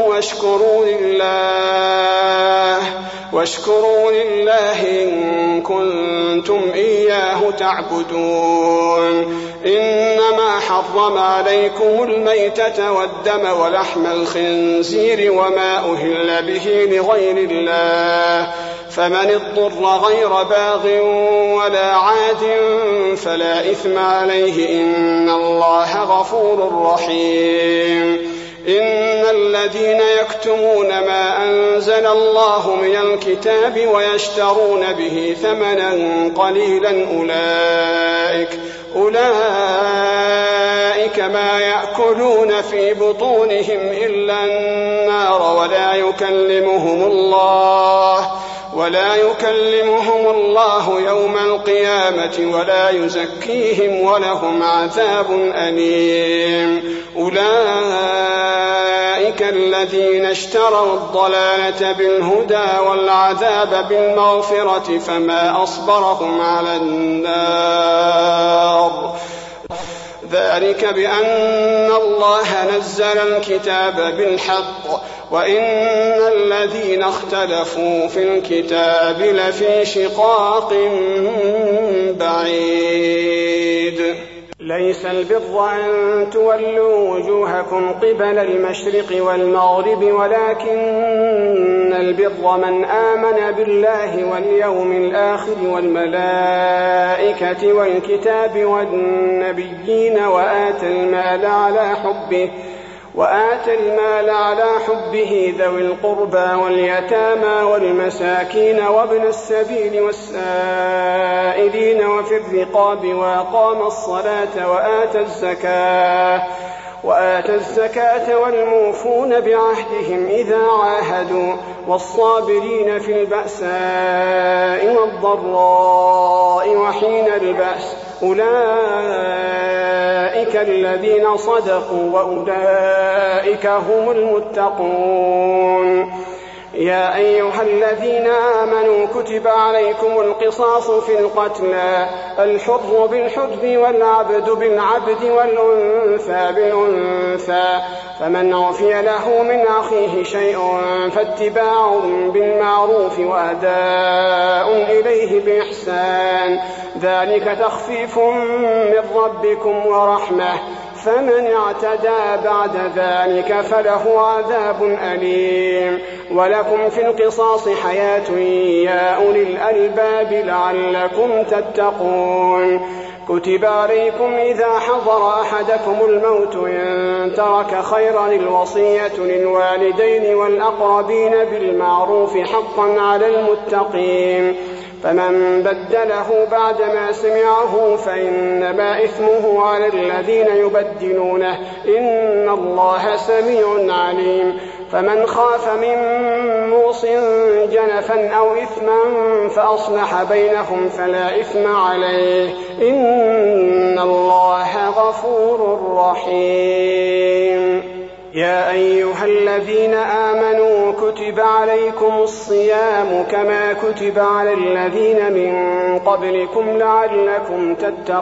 واشكروا لله إن كنتم إياه تعبدون إنما حرم عليكم الميتة والدم ولحم الخنزير وما أهل به لغير الله فمن اضطر غير باغ ولا عاد فلا إثم عليه إن الله غفور رحيم إن الذين يكتمون ما أنزل الله من الكتاب ويشترون به ثمنا قليلا أولئك ما يأكلون في بطونهم إلا النار ولا يكلمهم الله يوم القيامة ولا يزكيهم ولهم عذاب أليم أولئك الذين اشتروا الضلالة بالهدى والعذاب بالمغفرة فما أصبرهم على النار ذلك بأن الله نزل الكتاب بالحق وإن الذين اختلفوا في الكتاب لفي شقاق بعيد ليس البر أن تولوا وجوهكم قبل المشرق والمغرب ولكن البر من آمن بالله واليوم الآخر والملائكة والكتاب والنبيين وآتى المال على حبه ذوي القربى واليتامى والمساكين وابن السبيل والسائلين وفي الرقاب وأقام الصلاة وآتى الزكاة والموفون بعهدهم إذا عاهدوا والصابرين في البأساء والضراء وحين البأس أولئك الذين صدقوا وأولئك هم المتقون يا أيها الذين آمنوا كتب عليكم القصاص في القتلى الحر بالحر والعبد بالعبد والأنثى بالأنثى فمن عفي له من أخيه شيء فاتباع بالمعروف وأداء إليه بإحسان ذلك تخفيف من ربكم ورحمة فمن اعتدى بعد ذلك فله عذاب أليم ولكم في القصاص حياة يا أولي الألباب لعلكم تتقون كتب عليكم إذا حضر أحدكم الموت إن ترك خيرا الوصية للوالدين والأقربين بالمعروف حقا على المتقين فمن بدله بعدما سمعه فإنما إثمه على الذين يبدلونه إن الله سميع عليم فمن خاف من موص جنفا أو إثما فأصلح بينهم فلا إثم عليه إن الله غفور رحيم يا أيها الذين آمنوا كتب عليكم الصيام كما كتب على الذين من قبلكم لعلكم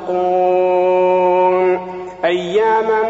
تتقون أياما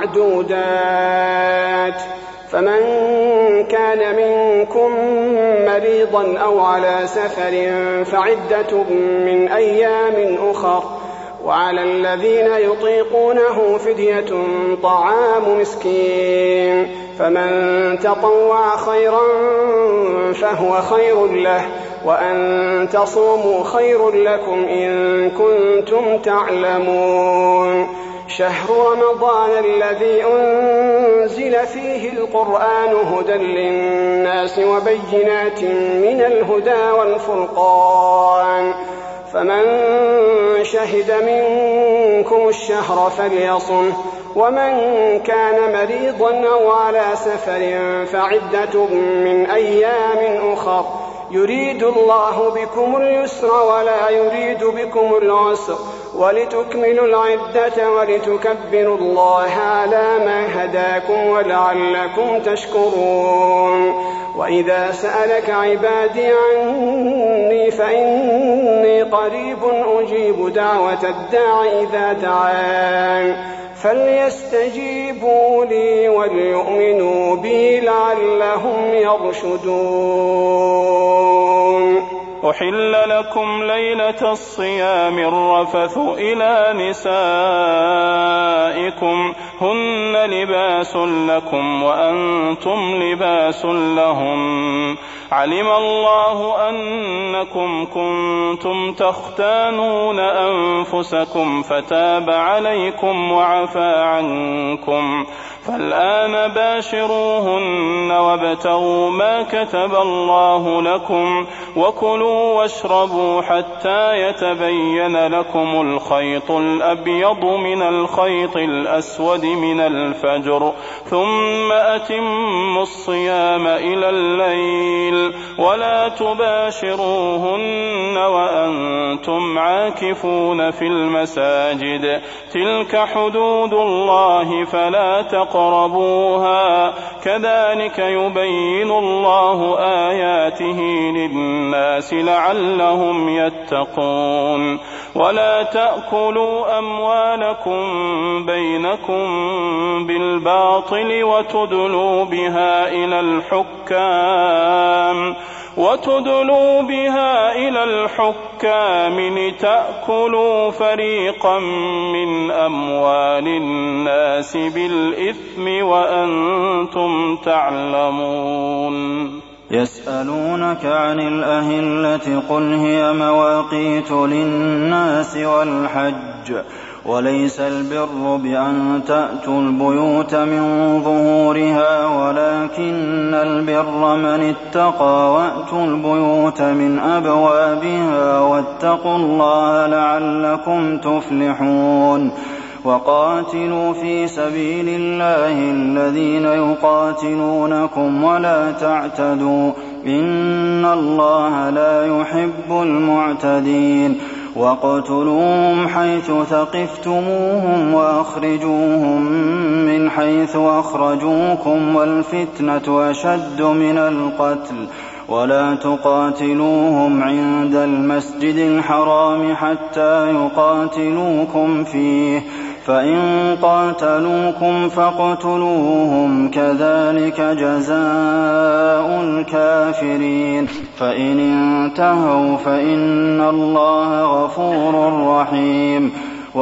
معدودات فمن كان منكم مريضا أو على سفر فعدة من أيام أخر، وعلى الذين يطيقونه فدية طعام مسكين، فمن تطوع خيرا فهو خير له، وأن تصوموا خير لكم إن كنتم تعلمون. شهر رمضان الذي أنزل فيه القرآن هدى للناس وبينات من الهدى والفرقان، فمن شهد منكم الشهر فليصمه، ومن كان مريضا أو على سفر فعدة من أيام أخر، يريد الله بكم اليسر ولا يريد بكم العسر، ولتكملوا العدة ولتكبروا الله على ما هداكم ولعلكم تشكرون. وإذا سألك عبادي عني فإني قريب أجيب دعوة الداع إذا دعان، فليستجيبوا لي وليؤمنوا بي لعلهم يرشدون. أحل لكم ليلة الصيام الرفث إلى نسائكم هن لباس لكم وأنتم لباس لهم، علم الله أنكم كنتم تختانون أنفسكم فتاب عليكم وعفى عنكم، فالآن باشروهن وابتغوا ما كتب الله لكم، وكلوا واشربوا حتى يتبين لكم الخيط الأبيض من الخيط الأسود من الفجر، ثم أتموا الصيام إلى الليل، ولا تباشروهن وأنتم عاكفون في المساجد، تلك حدود الله فلا تقربوها، كذلك يبين الله آياته للناس لعلهم يتقون. ولا تأكلوا أموالكم بينكم بالباطل وتدلوا بها إلى الحكام لتأكلوا فريقا من أموال الناس بالإثم وأنتم تعلمون. يسألونك عن الأهلة قل هي مواقيت للناس والحج، وليس البر بأن تأتوا البيوت من ظهورها، ولكن البر من اتقى، وأتوا البيوت من أبوابها، واتقوا الله لعلكم تفلحون. وقاتلوا في سبيل الله الذين يقاتلونكم ولا تعتدوا، إن الله لا يحب المعتدين. واقتلوهم حيث ثقفتموهم وأخرجوهم من حيث أخرجوكم، والفتنة أشد من القتل، ولا تقاتلوهم عند المسجد الحرام حتى يقاتلوكم فيه، فإن قاتلوكم فاقتلوهم، كذلك جزاء الكافرين. فإن انتهوا فإن الله غفور رحيم.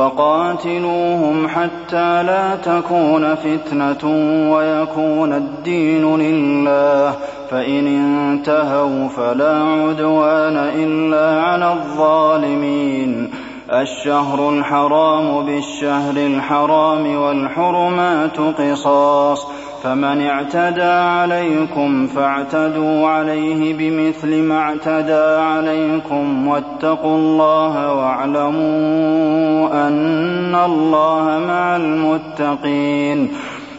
وقاتلوهم حتى لا تكون فتنة ويكون الدين لله، فإن انتهوا فلا عدوان إلا على الظالمين. الشهر الحرام بالشهر الحرام والحرمات قصاص، فمن اعتدى عليكم فاعتدوا عليه بمثل ما اعتدى عليكم، واتقوا الله واعلموا أن الله مع المتقين.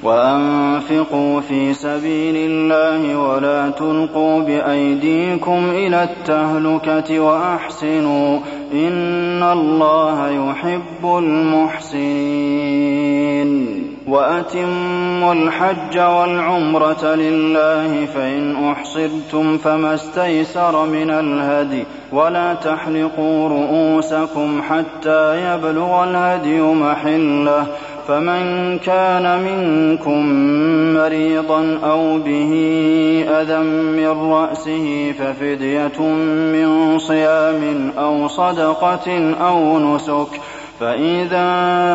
وأنفقوا في سبيل الله ولا تلقوا بأيديكم إلى التهلكة وأحسنوا، إن الله يحب المحسنين. وأتموا الحج والعمرة لله، فإن أحصرتم فما استيسر من الهدي، ولا تحلقوا رؤوسكم حتى يبلغ الهدي محله، فمن كان منكم مريضا أو به أذى من رأسه ففدية من صيام أو صدقة أو نسك، فإذا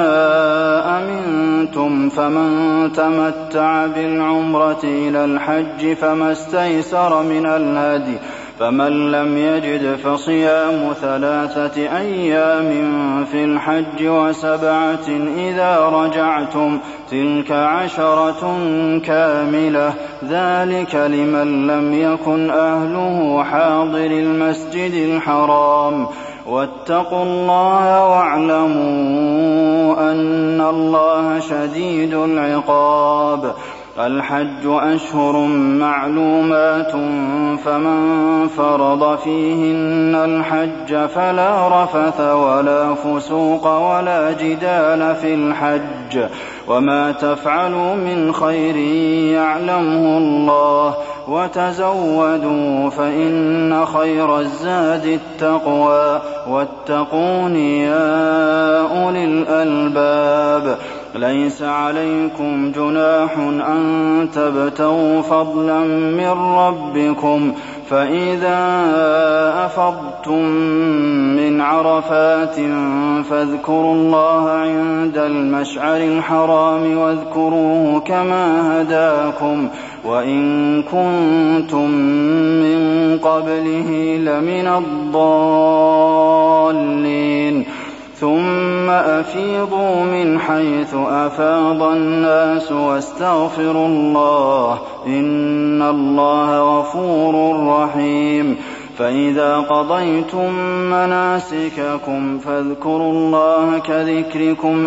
أمنتم فمن تمتع بالعمرة إلى الحج فما استيسر من الهدي، فمن لم يجد فصيام 3 أيام في الحج و7 إذا رجعتم، تلك 10 كاملة، ذلك لمن لم يكن أهله حاضر المسجد الحرام. واتقوا الله واعلموا أن الله شديد العقاب. الحج أشهر معلومات، فمن فرض فيهن الحج فلا رفث ولا فسوق ولا جدال في الحج، وما تفعلوا من خير يعلمه الله، وتزودوا فإن خير الزاد التقوى، واتقون يا أولي الألباب. ليس عليكم جناح أن تبتغوا فضلا من ربكم، فإذا أفضتم من عرفات فاذكروا الله عند المشعر الحرام واذكروه كما هداكم، وإن كنتم من قبله لمن الضالين. ثم أفيضوا من حيث أفاض الناس واستغفروا الله، إن الله غفور رحيم. فإذا قضيتم مناسككم فاذكروا الله كذكركم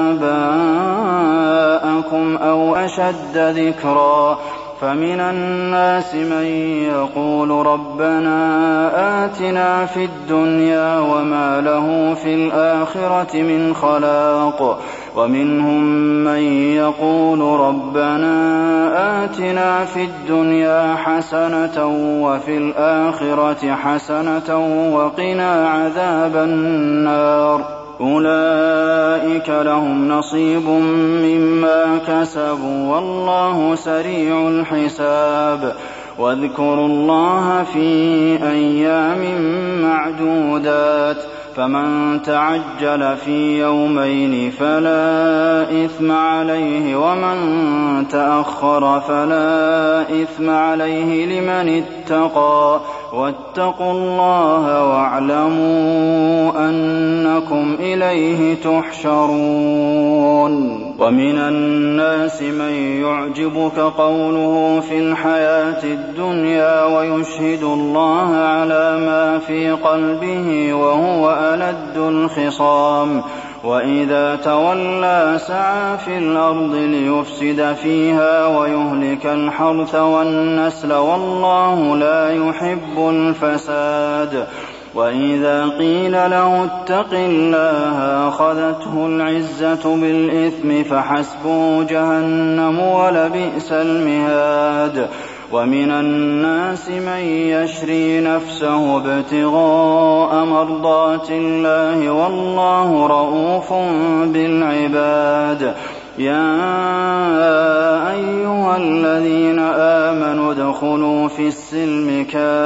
آباءكم أو أشد ذكرا، فمن الناس من يقول ربنا آتنا في الدنيا وما له في الآخرة من خلاق، ومنهم من يقول ربنا آتنا في الدنيا حسنة وفي الآخرة حسنة وقنا عذاب النار. أولئك لهم نصيب مما كسبوا والله سريع الحساب. واذكروا الله في أيام معدودات، فمن تعجل في يومين فلا إثم عليه، ومن تأخر فلا إثم عليه لمن اتقى. واتقوا الله واعلموا أنكم إليه تحشرون. ومن الناس من يعجبك قوله في الحياة الدنيا ويشهد الله على ما في قلبه وهو ألد الخصام، وإذا تولى سعى في الأرض ليفسد فيها ويهلك الحرث والنسل، والله لا يحب الفساد. وإذا قيل له اتق الله أخذته العزة بالإثم فحسبه جهنم ولبئس المهاد. ومن الناس من يشري نفسه ابتغاء مرضات الله والله رءوف بالعباد. يا أيها الذين آمنوا ادخلوا في السلم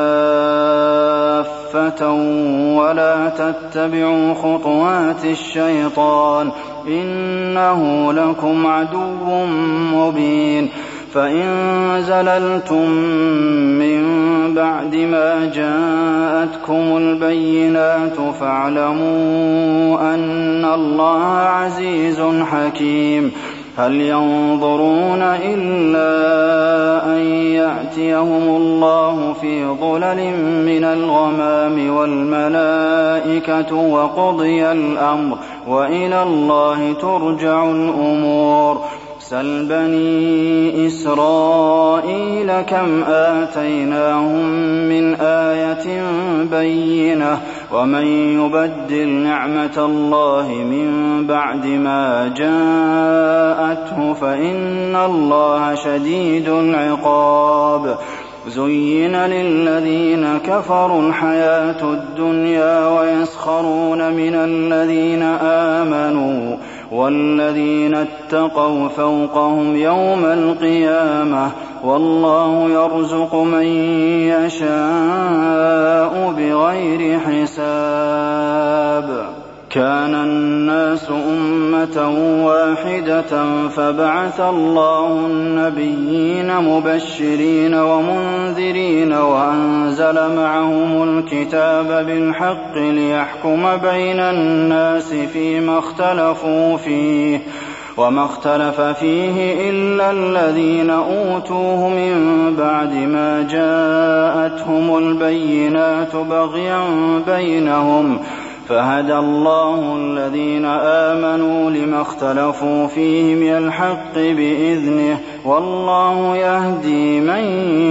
كافة ولا تتبعوا خطوات الشيطان إنه لكم عدو مبين. فإن زللتم من بعد ما جاءتكم البينات فاعلموا أن الله عزيز حكيم. هل ينظرون إلا أن يأتيهم الله في ظلل من الغمام والملائكة وقضي الأمر وإلى الله ترجع الأمور. سل بني إسرائيل كم آتيناهم من آية بينة ومن يبدل نعمة الله من بعد ما جاءته فإن الله شديد العقاب. زين للذين كفروا الحياة الدنيا ويسخرون من الذين آمنوا والذين اتقوا فوقهم يوم القيامة والله يرزق من يشاء بغير حساب. كان الناس أمة واحدة فبعث الله النبيين مبشرين ومنذرين وأنزل معهم الكتاب بالحق ليحكم بين الناس فيما اختلفوا فيه وما اختلف فيه إلا الذين أوتوه من بعد ما جاءتهم البينات بغيا بينهم فهدى الله الذين آمنوا لما اختلفوا فيه من الحق بإذنه والله يهدي من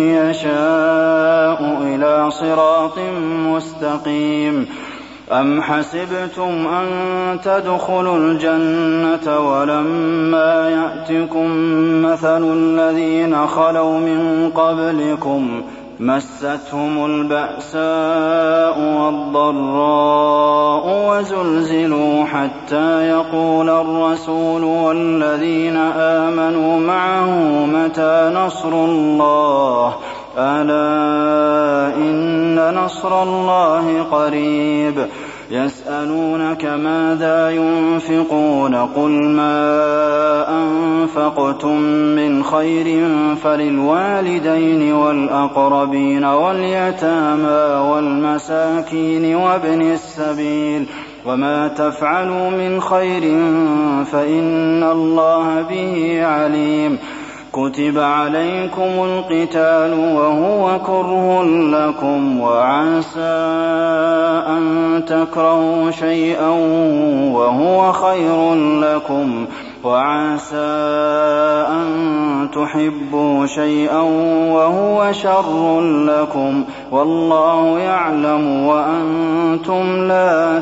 يشاء إلى صراط مستقيم. أم حسبتم أن تدخلوا الجنة ولما يأتكم مثل الذين خلوا من قبلكم مستهم البأساء والضراء وزلزلوا حتى يقول الرسول والذين آمنوا معه متى نصر الله ألا إن نصر الله قريب. يسألونك ماذا ينفقون قل ما أنفقتم من خير فللوالدين والأقربين واليتامى والمساكين وابن السبيل وما تفعلوا من خير فإن الله به عليم. كتب عليكم القتال وهو كره لكم وعسى أن تكرهوا شيئا وهو خير لكم وعسى أن تحبوا شيئا وهو شر لكم والله يعلم وأنتم لا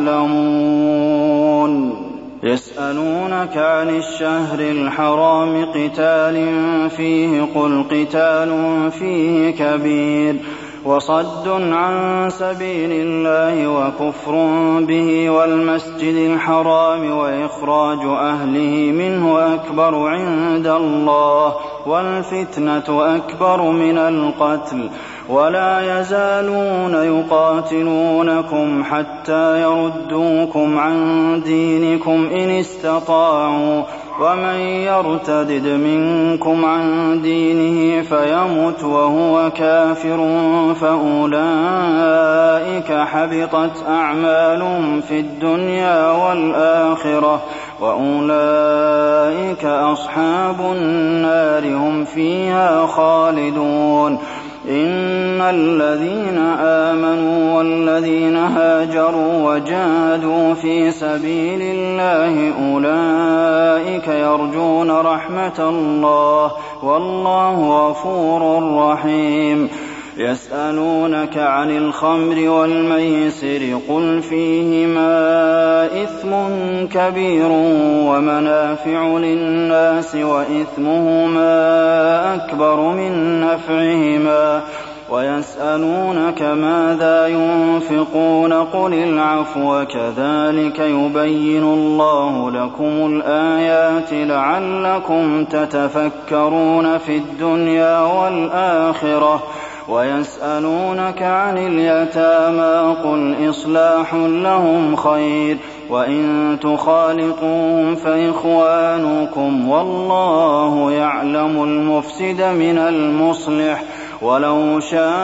تعلمون. يسألونك عن الشهر الحرام قتال فيه قل قتال فيه كبير وصد عن سبيل الله وكفر به والمسجد الحرام وإخراج أهله منه أكبر عند الله والفتنة أكبر من القتل ولا يزالون يقاتلونكم حتى يردوكم عن دينكم إن استطاعوا ومن يرتدد منكم عن دينه فيمت وهو كافر فأولئك حبطت أعمالهم في الدنيا والآخرة وأولئك أصحاب النار هم فيها خالدون. إن الذين آمنوا والذين هاجروا وجاهدوا في سبيل الله أولئك يرجون رحمة الله والله غفور رحيم. يسألونك عن الخمر والميسر قل فيهما إثم كبير ومنافع للناس وإثمهما أكبر من نفعهما ويسألونك ماذا ينفقون قل العفو كذلك يبين الله لكم الآيات لعلكم تتفكرون في الدنيا والآخرة. ويسألونك عن اليتامى قل إصلاح لهم خير وإن تخالطوهم فإخوانكم والله يعلم المفسد من المصلح ولو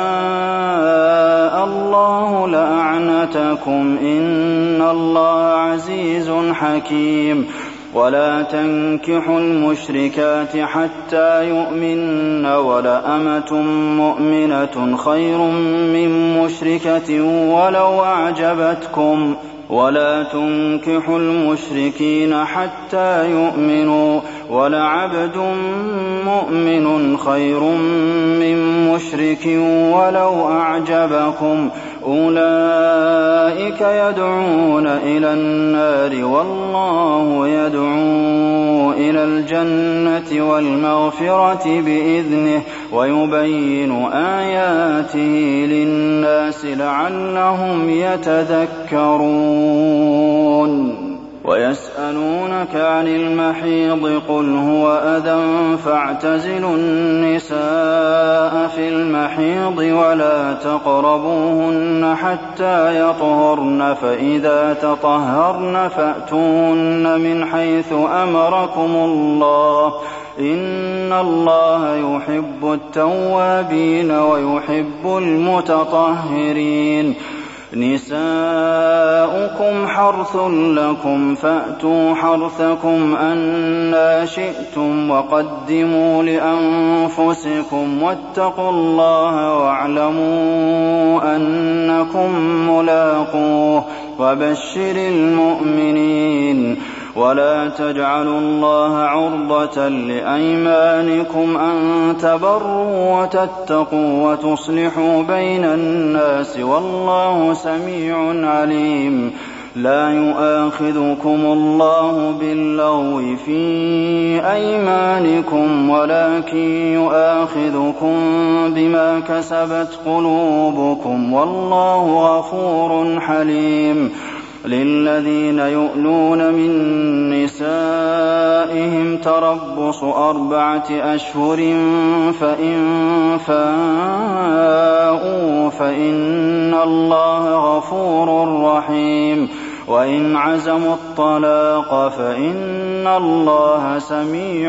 شاء الله لأعنتكم إن الله عزيز حكيم. ولا تنكحوا المشركات حتى يؤمن ولأمة مؤمنة خير من مشركة ولو أعجبتكم ولا تنكحوا المشركين حتى يؤمنوا ولعبد مؤمن خير من مشرك ولو أعجبكم أولئك يدعون إلى النار والله يدعو إلى الجنة والمغفرة بإذنه ويبين آياته للناس لعلهم يتذكرون. ويسألونك عن المحيض قل هو أذى فاعتزلوا النساء في المحيض ولا تقربوهن حتى يطهرن فإذا تطهرن فأتوهن من حيث أمركم الله إن الله يحب التوابين ويحب المتطهرين نساؤكم حرث لكم فأتوا حرثكم أنى شئتم وقدموا لأنفسكم واتقوا الله واعلموا أنكم ملاقوه وبشر المؤمنين ولا تجعلوا الله عرضة لأيمانكم أن تبروا وتتقوا وتصلحوا بين الناس والله سميع عليم لا يؤاخذكم الله باللغو في أيمانكم ولكن يؤاخذكم بما كسبت قلوبكم والله غفور حليم للذين يؤلون من نسائهم تربص 4 أشهر فإن فاءوا فإن الله غفور رحيم وإن عزموا الطلاق فإن الله سميع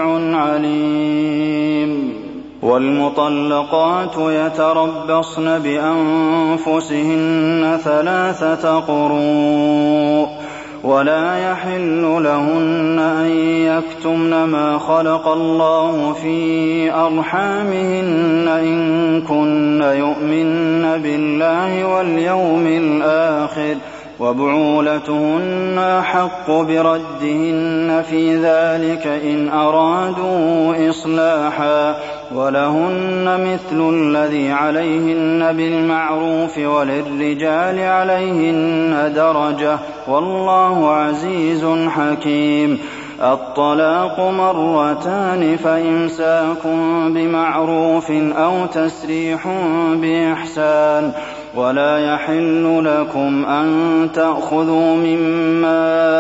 عليم والمطلقات يتربصن بأنفسهن 3 قروء ولا يحل لهن أن يكتمن ما خلق الله في أرحامهن إن كن يؤمن بالله واليوم الآخر وبعولتهن حق بردهن في ذلك إن أرادوا إصلاحا ولهن مثل الذي عليهن بالمعروف وللرجال عليهن درجة والله عزيز حكيم الطلاق 2 فإمساك بمعروف أو تسريح بإحسان ولا يحل لكم أن تأخذوا مما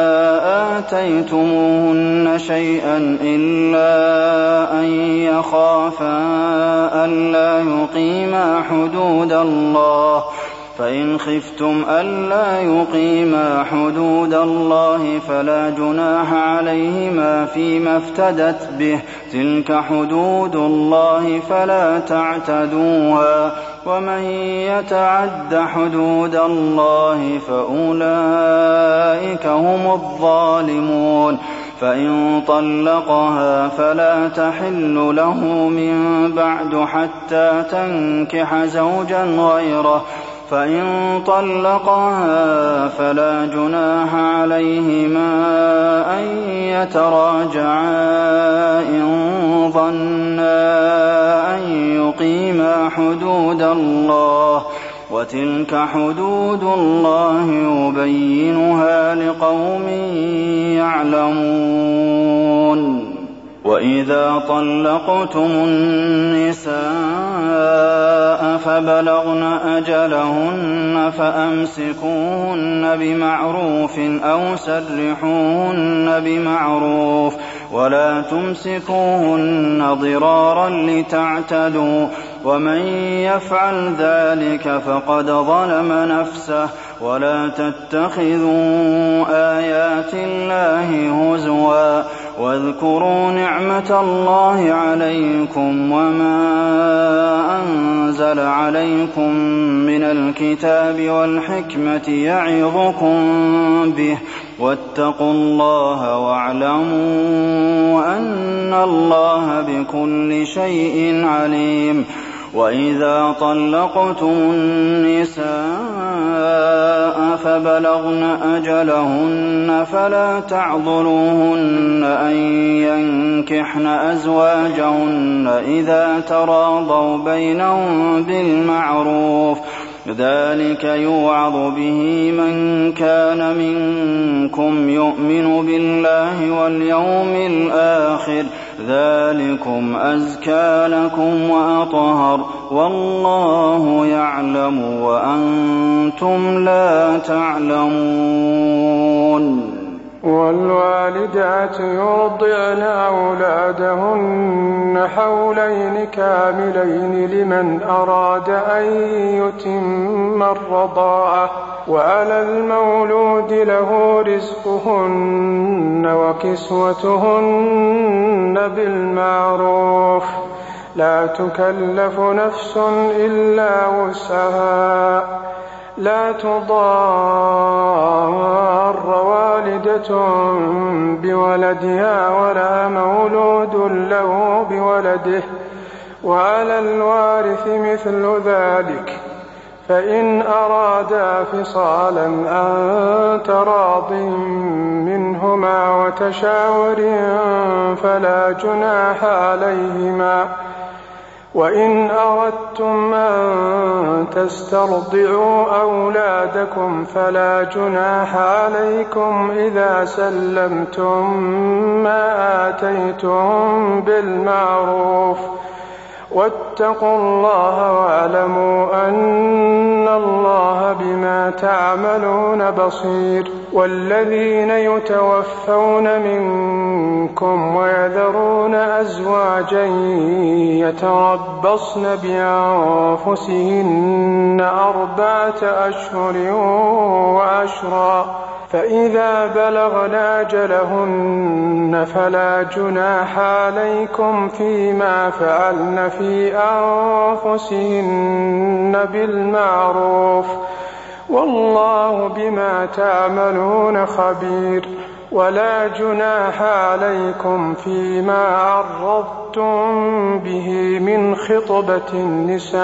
آتيتموهن شيئا إلا أن يخافا ألا يقيما حدود الله فإن خفتم ألا يقيما حدود الله فلا جناح عليهما فيما افتدت به تلك حدود الله فلا تعتدوها ومن يتعد حدود الله فأولئك هم الظالمون فإن طلقها فلا تحل له من بعد حتى تنكح زوجا غيره فإن طلقها فلا جناح عليهما أن يتراجعا إن ظنا أن يقيما حدود الله وتلك حدود الله يبينها لقوم يعلمون وإذا طلقتم النساء فبلغن أجلهن فأمسكوهن بمعروف أو سرحوهن بمعروف ولا تمسكوهن ضرارا لتعتدوا ومن يفعل ذلك فقد ظلم نفسه ولا تتخذوا آيات الله هزوا واذكروا نعمة الله عليكم وما أنزل عليكم من الكتاب والحكمة يعظكم به واتقوا الله واعلموا أن الله بكل شيء عليم وإذا طلقتم النساء فبلغن أجلهن فلا تعضلوهن أن ينكحن أزواجهن إذا تراضوا بينهم بالمعروف ذلك يوعظ به من كان منكم يؤمن بالله واليوم الآخر ذلكم أزكى لكم وأطهر والله يعلم وأنتم لا تعلمون والوالدات يرضعن أولادهن حولين كاملين لمن أراد أن يتم الرضاعة وعلى المولود له رزقهن وكسوتهن بالمعروف لا تكلف نفس إلا وسعها لا تضار والدة بولدها ولا مولود له بولده وعلى الوارث مثل ذلك فإن أرادا فصالا عن تراض منهما وتشاور فلا جناح عليهما وإن أردتم أن تسترضعوا أولادكم فلا جناح عليكم إذا سلمتم ما آتيتم بالمعروف واتقوا الله واعلموا أن الله بما تعملون بصير والذين يتوفون منكم ويذرون أزواجا يتربصن بأنفسهن 4 أشهر وعشرا فإذا بلغن أجلهن فلا جناح عليكم فيما فعلن في أنفسهن بالمعروف والله بما تعملون خبير ولا جناح عليكم فيما عرضتم به من خطبة النساء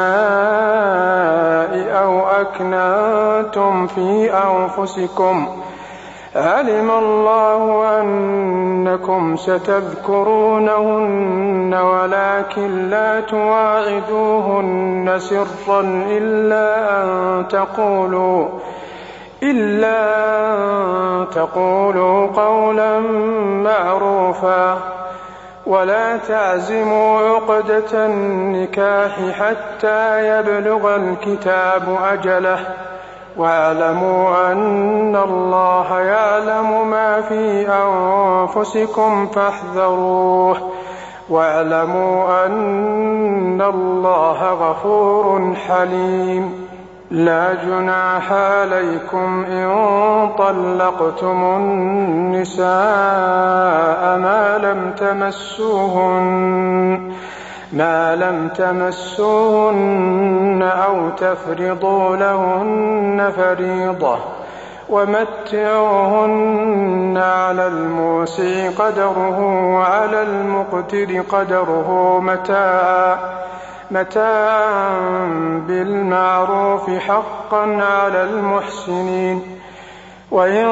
أو أكننتم في أنفسكم علم الله أنكم ستذكرونهن ولكن لا تواعدوهن سرا إلا أن تقولوا قولا معروفا ولا تعزموا عقدة النكاح حتى يبلغ الكتاب أجله واعلموا أن الله يعلم ما في أنفسكم فاحذروه واعلموا أن الله غفور حليم لا جناح عليكم إن طلقتم النساء ما لم تمسوهن أو تفرضوا لهن فريضة ومتعوهن على الموسع قدره وعلى المقتر قدره متاعا بالمعروف حقا على المحسنين وإن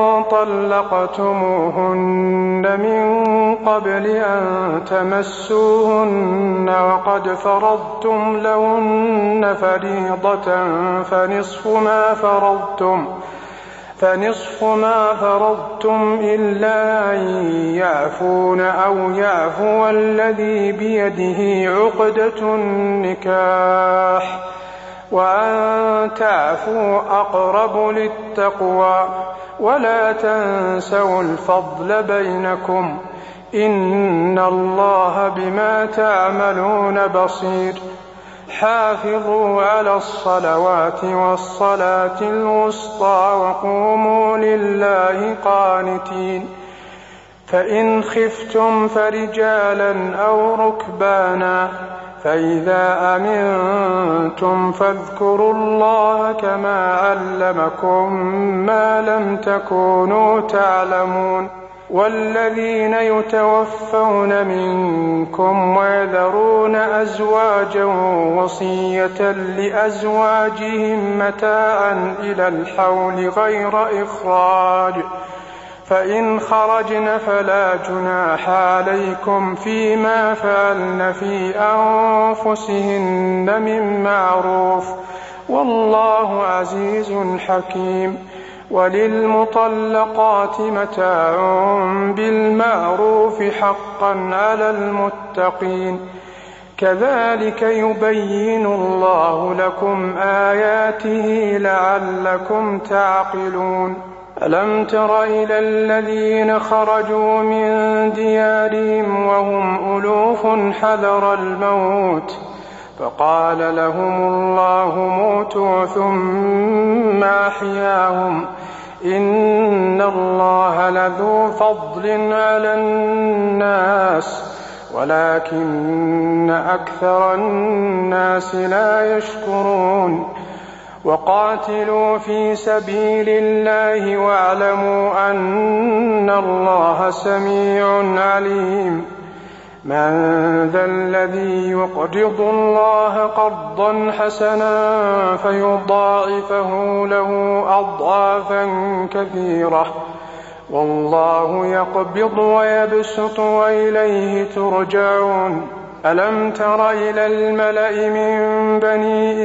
طلقتموهن من قبل أن تمسوهن وقد فرضتم لهن فريضة فنصف ما فرضتم إلا أن يعفون أو يعفو الذي بيده عقدة النكاح وأن تعفوا أقرب للتقوى ولا تنسوا الفضل بينكم إن الله بما تعملون بصير حافظوا على الصلوات والصلاة الوسطى وقوموا لله قانتين فإن خفتم فرجالا أو ركبانا فإذا أمنتم فاذكروا الله كما علمكم ما لم تكونوا تعلمون والذين يتوفون منكم ويذرون أزواجا وصية لأزواجهم متاعا إلى الحول غير إخراج فإن خرجن فلا جناح عليكم فيما فعلن في أنفسهن من معروف والله عزيز حكيم وللمطلقات متاع بالمعروف حقا على المتقين كذلك يبين الله لكم آياته لعلكم تعقلون ألم تر إلى الذين خرجوا من ديارهم وهم ألوف حذر الموت فقال لهم الله موتوا ثم أحياهم إن الله لذو فضل على الناس ولكن أكثر الناس لا يشكرون وقاتلوا في سبيل الله واعلموا أن الله سميع عليم من ذا الذي يقرض الله قرضا حسنا فيضاعفه له أضعافا كثيرة والله يقبض ويبسط وإليه ترجعون ألم تر إلى الملأ من بني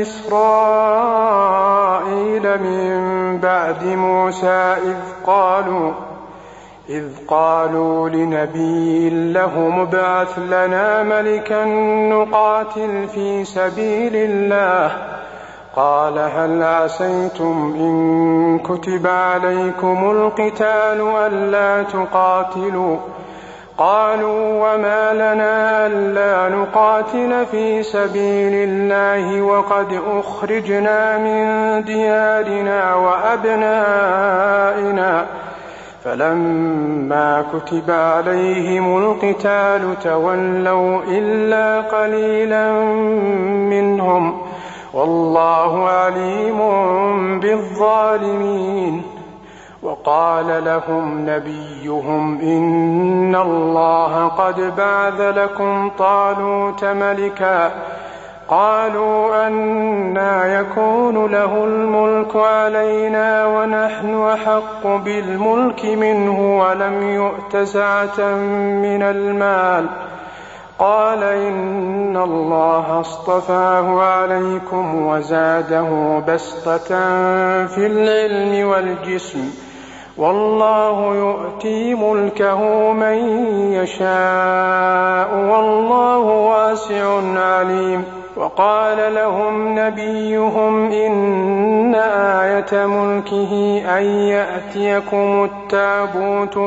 إسرائيل من بعد موسى إذ قالوا لنبي له ابعث لنا ملكا نقاتل في سبيل الله قال هل عسيتم إن كتب عليكم القتال ألا تقاتلوا قالوا وما لنا ألا نقاتل في سبيل الله وقد أخرجنا من ديارنا وأبنائنا فلما كتب عليهم القتال تولوا إلا قليلا منهم والله عليم بالظالمين وقال لهم نبيهم إن الله قد بعث لكم طالوت ملكا قالوا أنى يكون له الملك علينا ونحن أحق بالملك منه ولم يؤت سعة من المال قال إن الله اصطفاه عليكم وزاده بسطة في العلم والجسم والله يؤتي ملكه من يشاء والله واسع عليم وقال لهم نبيهم إن آية ملكه أن يأتيكم التابوت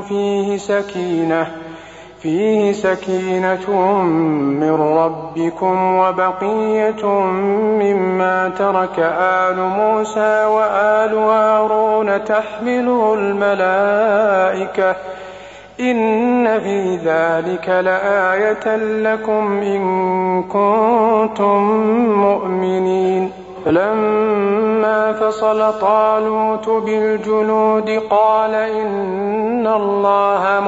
فيه سكينة من ربكم وبقية مما ترك آل موسى وآل هارون تحمله الملائكة إن في ذلك لآية لكم إن كنتم مؤمنين لما فصل طالوت بالجنود قال إن الله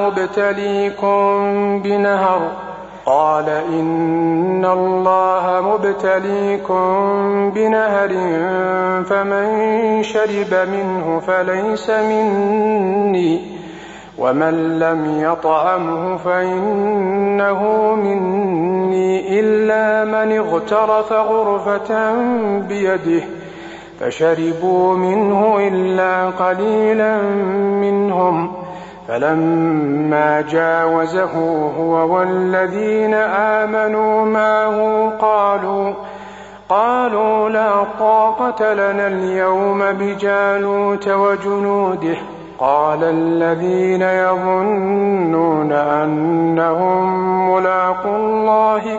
مبتليكم بنهر فمن شرب منه فليس مني ومن لم يطعمه فإنه مني إلا من اغترف غرفة بيده فشربوا منه إلا قليلا منهم فلما جاوزه هو والذين آمنوا معه قالوا لا طاقة لنا اليوم بجالوت وجنوده قال الذين يظنون أنهم ملاقو الله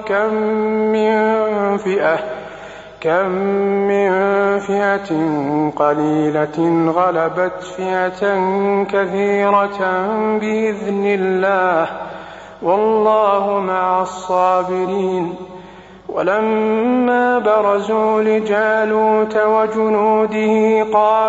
كم من فئة قليلة غلبت فئة كثيرة بإذن الله والله مع الصابرين ولما برزوا لجالوت وجنوده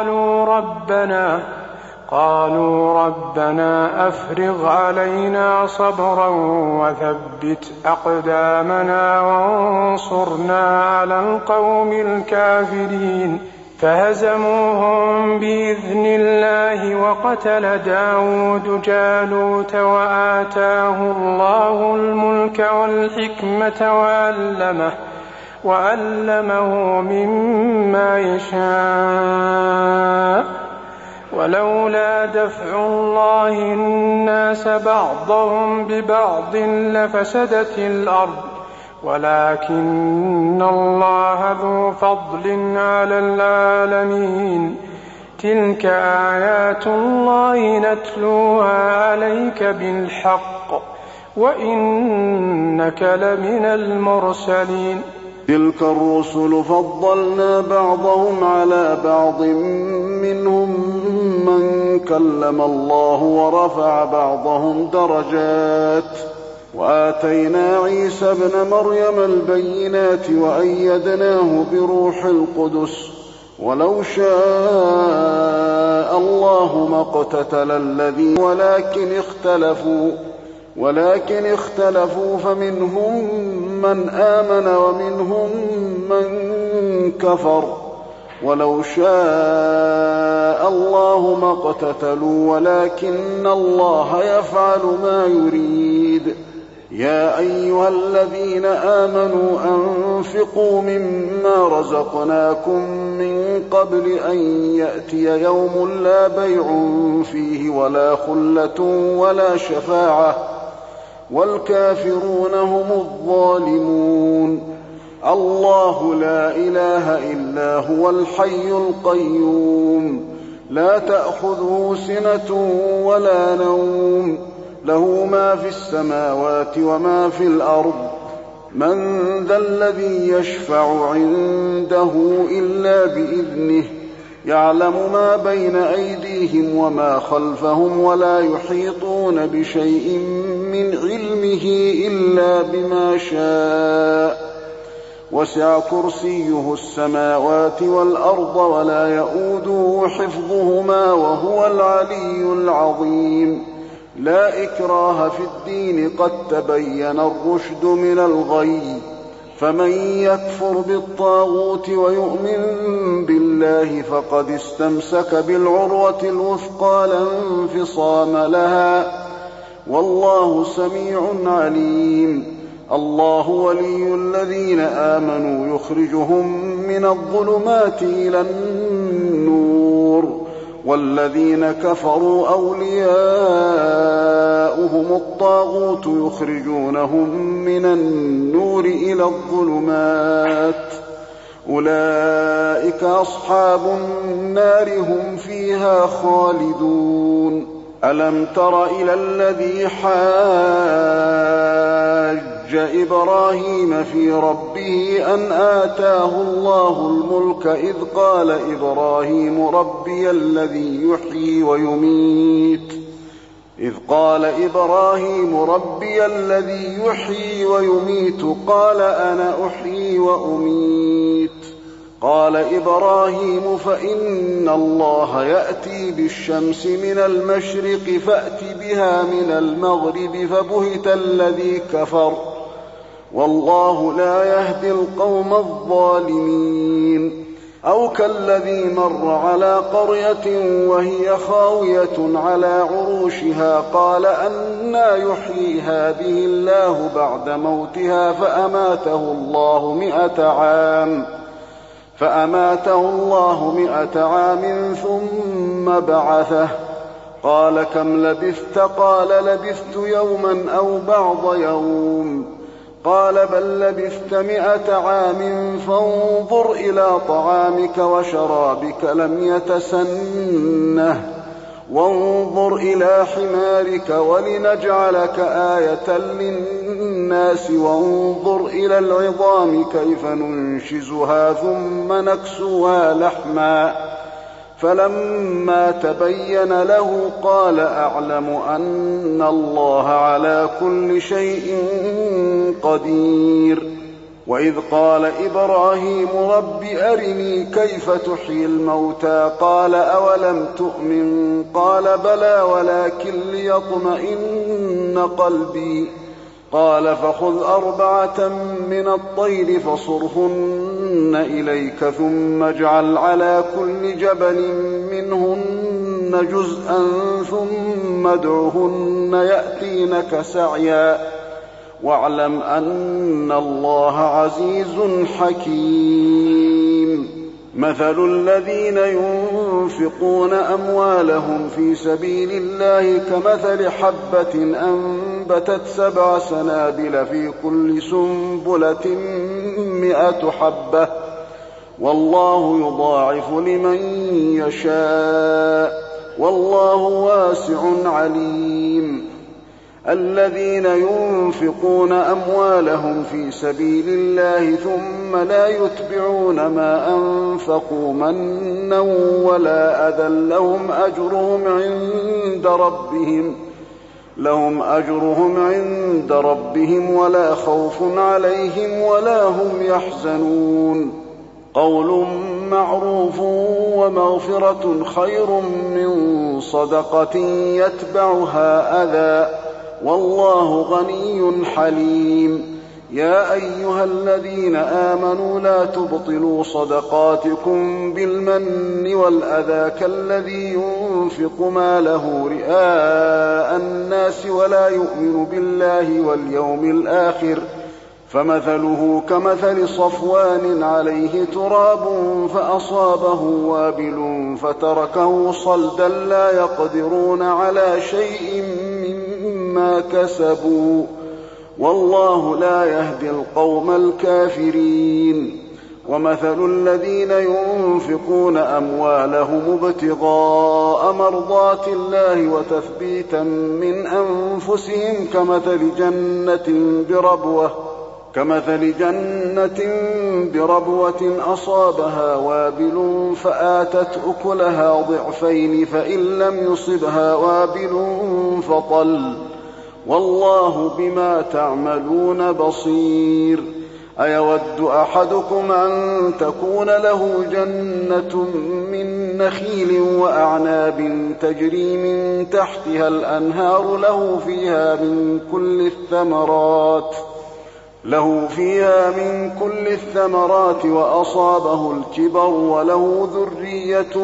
قالوا ربنا أفرغ علينا صبرا وثبت أقدامنا وانصرنا على القوم الكافرين فهزموهم بإذن الله وقتل داود جالوت وآتاه الله الملك والحكمة وعلمه مما يشاء ولولا دفع الله الناس بعضهم ببعض لفسدت الأرض ولكن الله ذو فضل على العالمين تلك آيات الله نتلوها عليك بالحق وإنك لمن المرسلين. تلك الرسل فضلنا بعضهم على بعض منهم من كلم الله ورفع بعضهم درجات وآتينا عيسى ابن مريم البينات وأيدناه بروح القدس ولو شاء الله ما اقتتل الذين ولكن اختلفوا فمنهم من آمن ومنهم من كفر ولو شاء الله ما اقتتلوا ولكن الله يفعل ما يريد. يا أيها الذين آمنوا أنفقوا مما رزقناكم من قبل أن يأتي يوم لا بيع فيه ولا خلة ولا شفاعة والكافرون هم الظالمون. الله لا إله إلا هو الحي القيوم لا تأخذه سنة ولا نوم له ما في السماوات وما في الأرض من ذا الذي يشفع عنده إلا بإذنه يعلم ما بين أيديهم وما خلفهم ولا يحيطون بشيء من علمه إلا بما شاء وسع كرسيه السماوات والأرض ولا يؤوده حفظهما وهو العلي العظيم. لا إكراه في الدين قد تبين الرشد من الغي فمن يكفر بالطاغوت ويؤمن بالله فقد استمسك بالعروة الوثقى لا انفصام لها والله سميع عليم. الله ولي الذين آمنوا يخرجهم من الظلمات إلى النور والذين كفروا أولياؤهم الطاغوت يخرجونهم من النور إلى الظلمات أولئك أصحاب النار هم فيها خالدون. ألم تر إلى الذي حاج إبراهيم في ربه أن آتاه الله الملك إذ قال إبراهيم ربي الذي يحيي ويميت قال أنا أحيي وأميت قال إبراهيم فإن الله يأتي بالشمس من المشرق فأت بها من المغرب فبهت الذي كفر والله لا يهدي القوم الظالمين. أو كالذي مر على قرية وهي خاوية على عروشها قال أنى يحيي هذه الله بعد موتها فأماته الله 100 عام ثم بعثه قال كم لبثت قال لبثت يوما أو بعض يوم قال بل لبثت 100 عام فانظر إلى طعامك وشرابك لم يتسنه وانظر إلى حمارك ولنجعلك آية للناس وانظر إلى العظام كيف ننشزها ثم نكسوها لحما فلما تبين له قال أعلم أن الله على كل شيء قدير. وإذ قال إبراهيم رب أرني كيف تحيي الموتى قال أولم تؤمن قال بلى ولكن ليطمئن قلبي قال فخذ 4 من الطير فصرهن إليك ثم اجعل على كل جبل منهن جزءا ثم ادعهن يأتينك سعيا واعلم أن الله عزيز حكيم. مثل الذين ينفقون أموالهم في سبيل الله كمثل حبة أنبتت 7 سنابل في كل سنبلة 100 حبة والله يضاعف لمن يشاء والله واسع عليم. الذين ينفقون أموالهم في سبيل الله ثم لا يتبعون ما أنفقوا منا ولا أذى لهم أجرهم عند ربهم ولا خوف عليهم ولا هم يحزنون. قول معروف ومغفرة خير من صدقة يتبعها أذى والله غني حليم. يا أيها الذين آمنوا لا تبطلوا صدقاتكم بالمن والأذى كالذي ينفق ماله رئاء الناس ولا يؤمن بالله واليوم الآخر فمثله كمثل صفوان عليه تراب فأصابه وابل فتركه صلدا لا يقدرون على شيء مما كسبوا والله لا يهدي القوم الكافرين. ومثل الذين ينفقون أموالهم ابتغاء مرضات الله وتثبيتا من أنفسهم كمثل جنة بربوة أصابها وابل فآتت أكلها ضعفين فإن لم يصبها وابل فطل والله بما تعملون بصير. أيود أحدكم أن تكون له جنة من نخيل وأعناب تجري من تحتها الأنهار له فيها من كل الثمرات وأصابه الكبر وله ذرية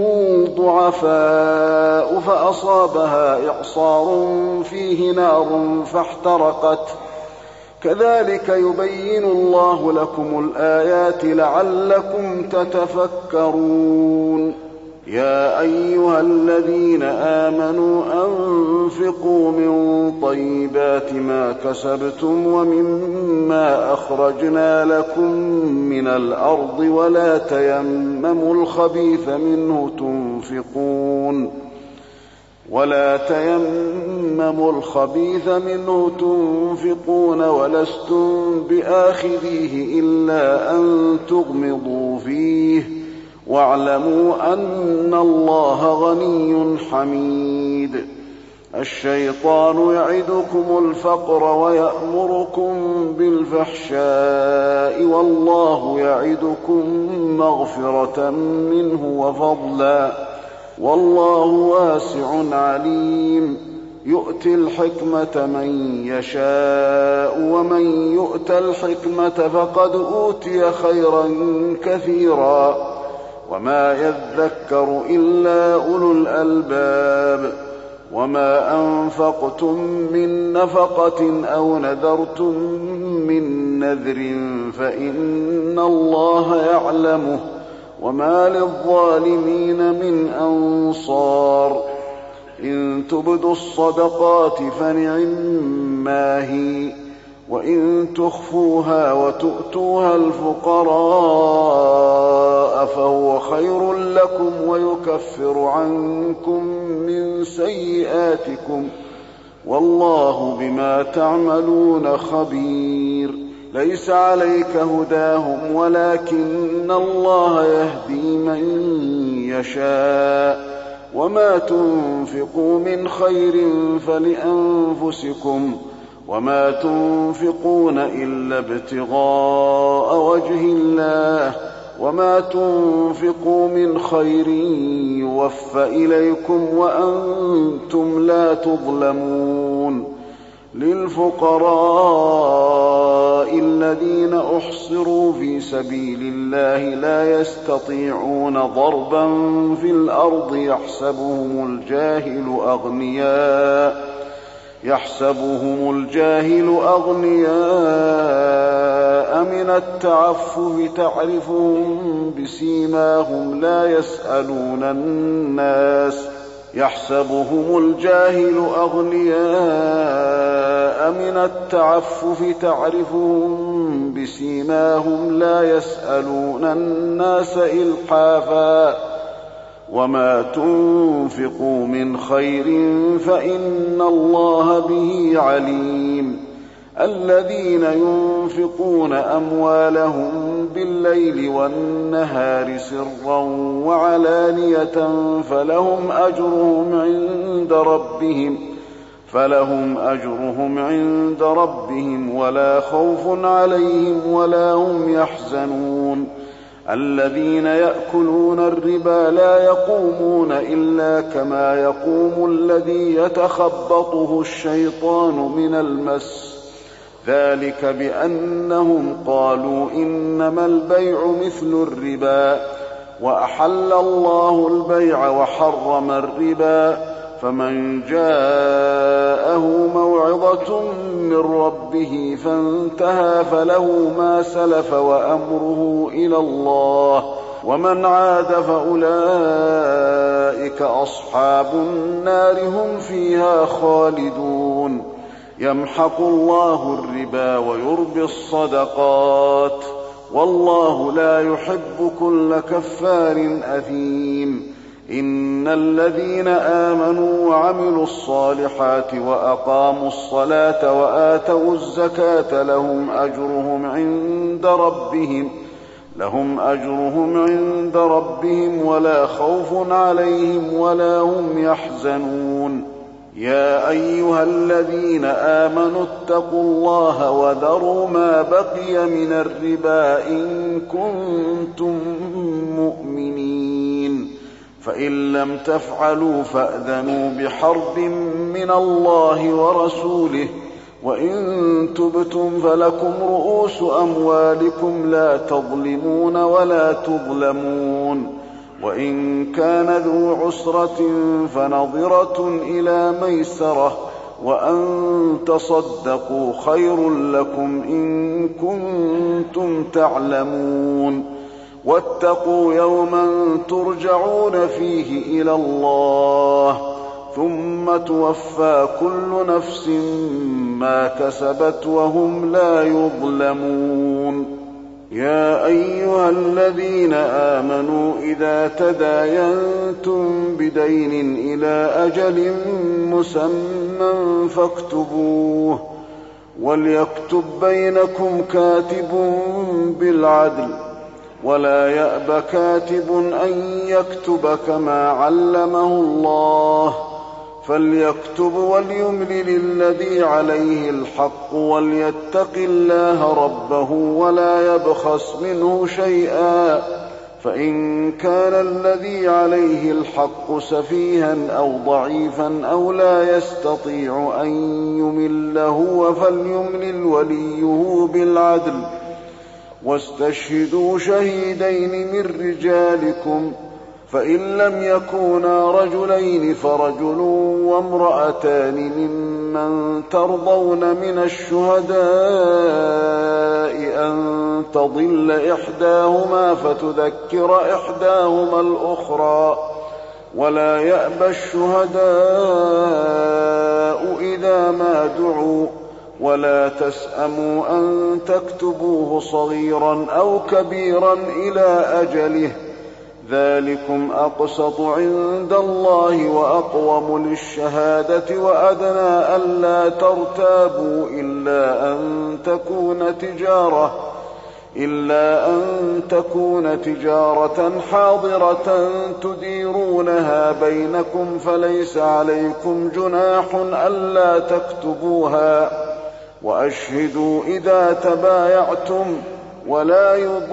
ضعفاء فأصابها إعصار فيه نار فاحترقت. كذلك يبين الله لكم الآيات لعلكم تتفكرون. يا أيها الذين آمنوا أنفقوا من طيبات ما كسبتم ومما أخرجنا لكم من الأرض ولا تيمموا الخبيث منه تنفقون ولستم بآخذيه إلا أن تغمضوا فيه واعلموا أن الله غني حميد. الشيطان يعدكم الفقر ويأمركم بالفحشاء والله يعدكم مغفرة منه وفضلا والله واسع عليم. يؤتي الحكمة من يشاء ومن يؤت الحكمة فقد أوتي خيرا كثيرا وما يذكر إلا أولو الألباب. وما أنفقتم من نفقة أو نذرتم من نذر فإن الله يعلمه وما للظالمين من أنصار. إن تبدوا الصدقات فنعما هي وإن تخفوها وتؤتوها الفقراء فهو خير لكم ويكفر عنكم من سيئاتكم والله بما تعملون خبير. ليس عليك هداهم ولكن الله يهدي من يشاء وما تنفقوا من خير فلأنفسكم وما تنفقون إلا ابتغاء وجه الله وما تنفقوا من خير يوفى إليكم وأنتم لا تظلمون. للفقراء الذين أحصروا في سبيل الله لا يستطيعون ضربا في الأرض يحسبهم الجاهل أغنياء من التعفف تعرفهم بسيماهم لا يحسبهم الجاهل أغنياء من التعفف تعرفهم بسيماهم لا يسألون الناس إلحافا وما تنفقوا من خير فإن الله به عليم الذين ينفقون أموالهم بالليل والنهار سرا وعلانية فلهم أجرهم عند ربهم ولا خوف عليهم ولا هم يحزنون الذين يأكلون الربا لا يقومون إلا كما يقوم الذي يتخبطه الشيطان من المس ذلك بأنهم قالوا إنما البيع مثل الربا وأحل الله البيع وحرم الربا فمن جاءه موعظة من ربه فانتهى فله ما سلف وأمره إلى الله ومن عاد فأولئك أصحاب النار هم فيها خالدون يمحق الله الربا ويربي الصدقات والله لا يحب كل كفار أثيم إن الذين آمنوا وعملوا الصالحات وأقاموا الصلاة وآتوا الزكاة لهم أجرهم عند ربهم ولا خوف عليهم ولا هم يحزنون يا أيها الذين آمنوا اتقوا الله وذروا ما بقي من الربا إن كنتم مؤمنين فإن لم تفعلوا فأذنوا بحرب من الله ورسوله وإن تبتم فلكم رؤوس أموالكم لا تظلمون ولا تظلمون وإن كان ذو عسرة فنظرة إلى ميسرة وأن تصدقوا خير لكم إن كنتم تعلمون واتقوا يوما ترجعون فيه إلى الله ثم توفى كل نفس ما كسبت وهم لا يظلمون يا أيها الذين آمنوا إذا تداينتم بدين إلى أجل مسمى فاكتبوه وليكتب بينكم كاتب بالعدل ولا يأب كاتب أن يكتب كما علمه الله فليكتب وليملل الذي عليه الحق وليتق الله ربه ولا يبخس منه شيئا فإن كان الذي عليه الحق سفيها أو ضعيفا أو لا يستطيع أن يمل هو فليملل وليه بالعدل واستشهدوا شهيدين من رجالكم فإن لم يكونا رجلين فرجل وامرأتان ممن ترضون من الشهداء أن تضل إحداهما فتذكر إحداهما الأخرى ولا يأبى الشهداء إذا ما دعوا ولا تسأموا أن تكتبوه صغيرا أو كبيرا إلى أجله ذلكم أقسط عند الله وأقوم للشهادة وأدنى ألا ترتابوا إلا أن تكون تجارة حاضرة تديرونها بينكم فليس عليكم جناح ألا تكتبوها وأشهدوا إذا تبايعتم ولا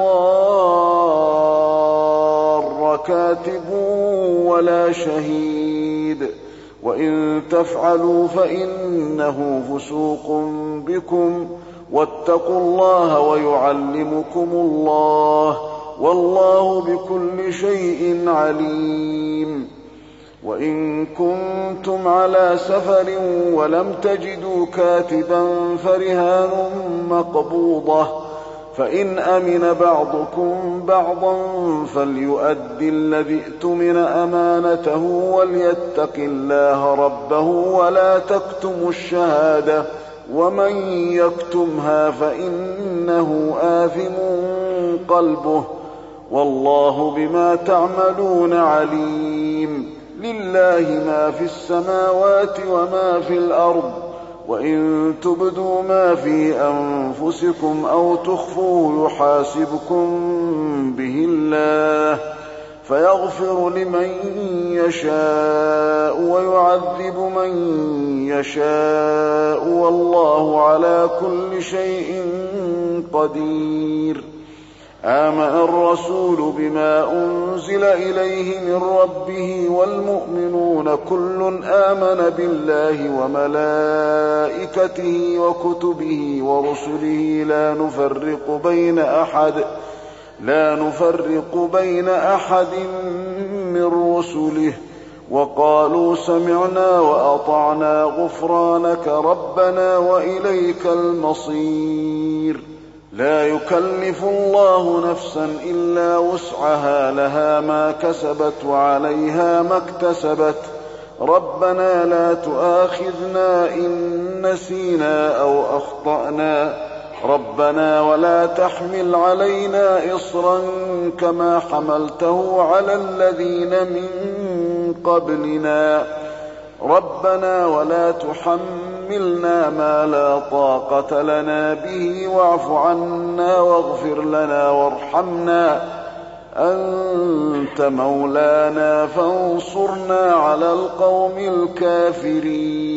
يضار كاتب ولا شهيد وإن تفعلوا فإنه فسوق بكم واتقوا الله ويعلمكم الله والله بكل شيء عليم وإن كنتم على سفر ولم تجدوا كاتبا فرهان مقبوضة فإن أمن بعضكم بعضا فليؤد الذي ائتمن أمانته وليتق الله ربه ولا تكتموا الشهادة ومن يكتمها فإنه آثم قلبه والله بما تعملون عليم. لله ما في السماوات وما في الأرض وإن تبدوا ما في أنفسكم أو تخفوه يحاسبكم به الله فيغفر لمن يشاء ويعذب من يشاء والله على كل شيء قدير. آمن الرسول بما أنزل إليه من ربه والمؤمنون كل آمن بالله وملائكته وكتبه ورسله لا نفرق بين أحد من رسله وقالوا سمعنا وأطعنا غفرانك ربنا وإليك المصير. لا يكلف الله نفسا إلا وسعها لها ما كسبت وعليها ما اكتسبت ربنا لا تؤاخذنا إن نسينا أو أخطأنا ربنا ولا تحمل علينا إصرا كما حملته على الذين من قبلنا ربنا ولا تحملنا ما لا طاقة لنا به واعف عنا واغفر لنا وارحمنا أنت مولانا فانصرنا على القوم الكافرين.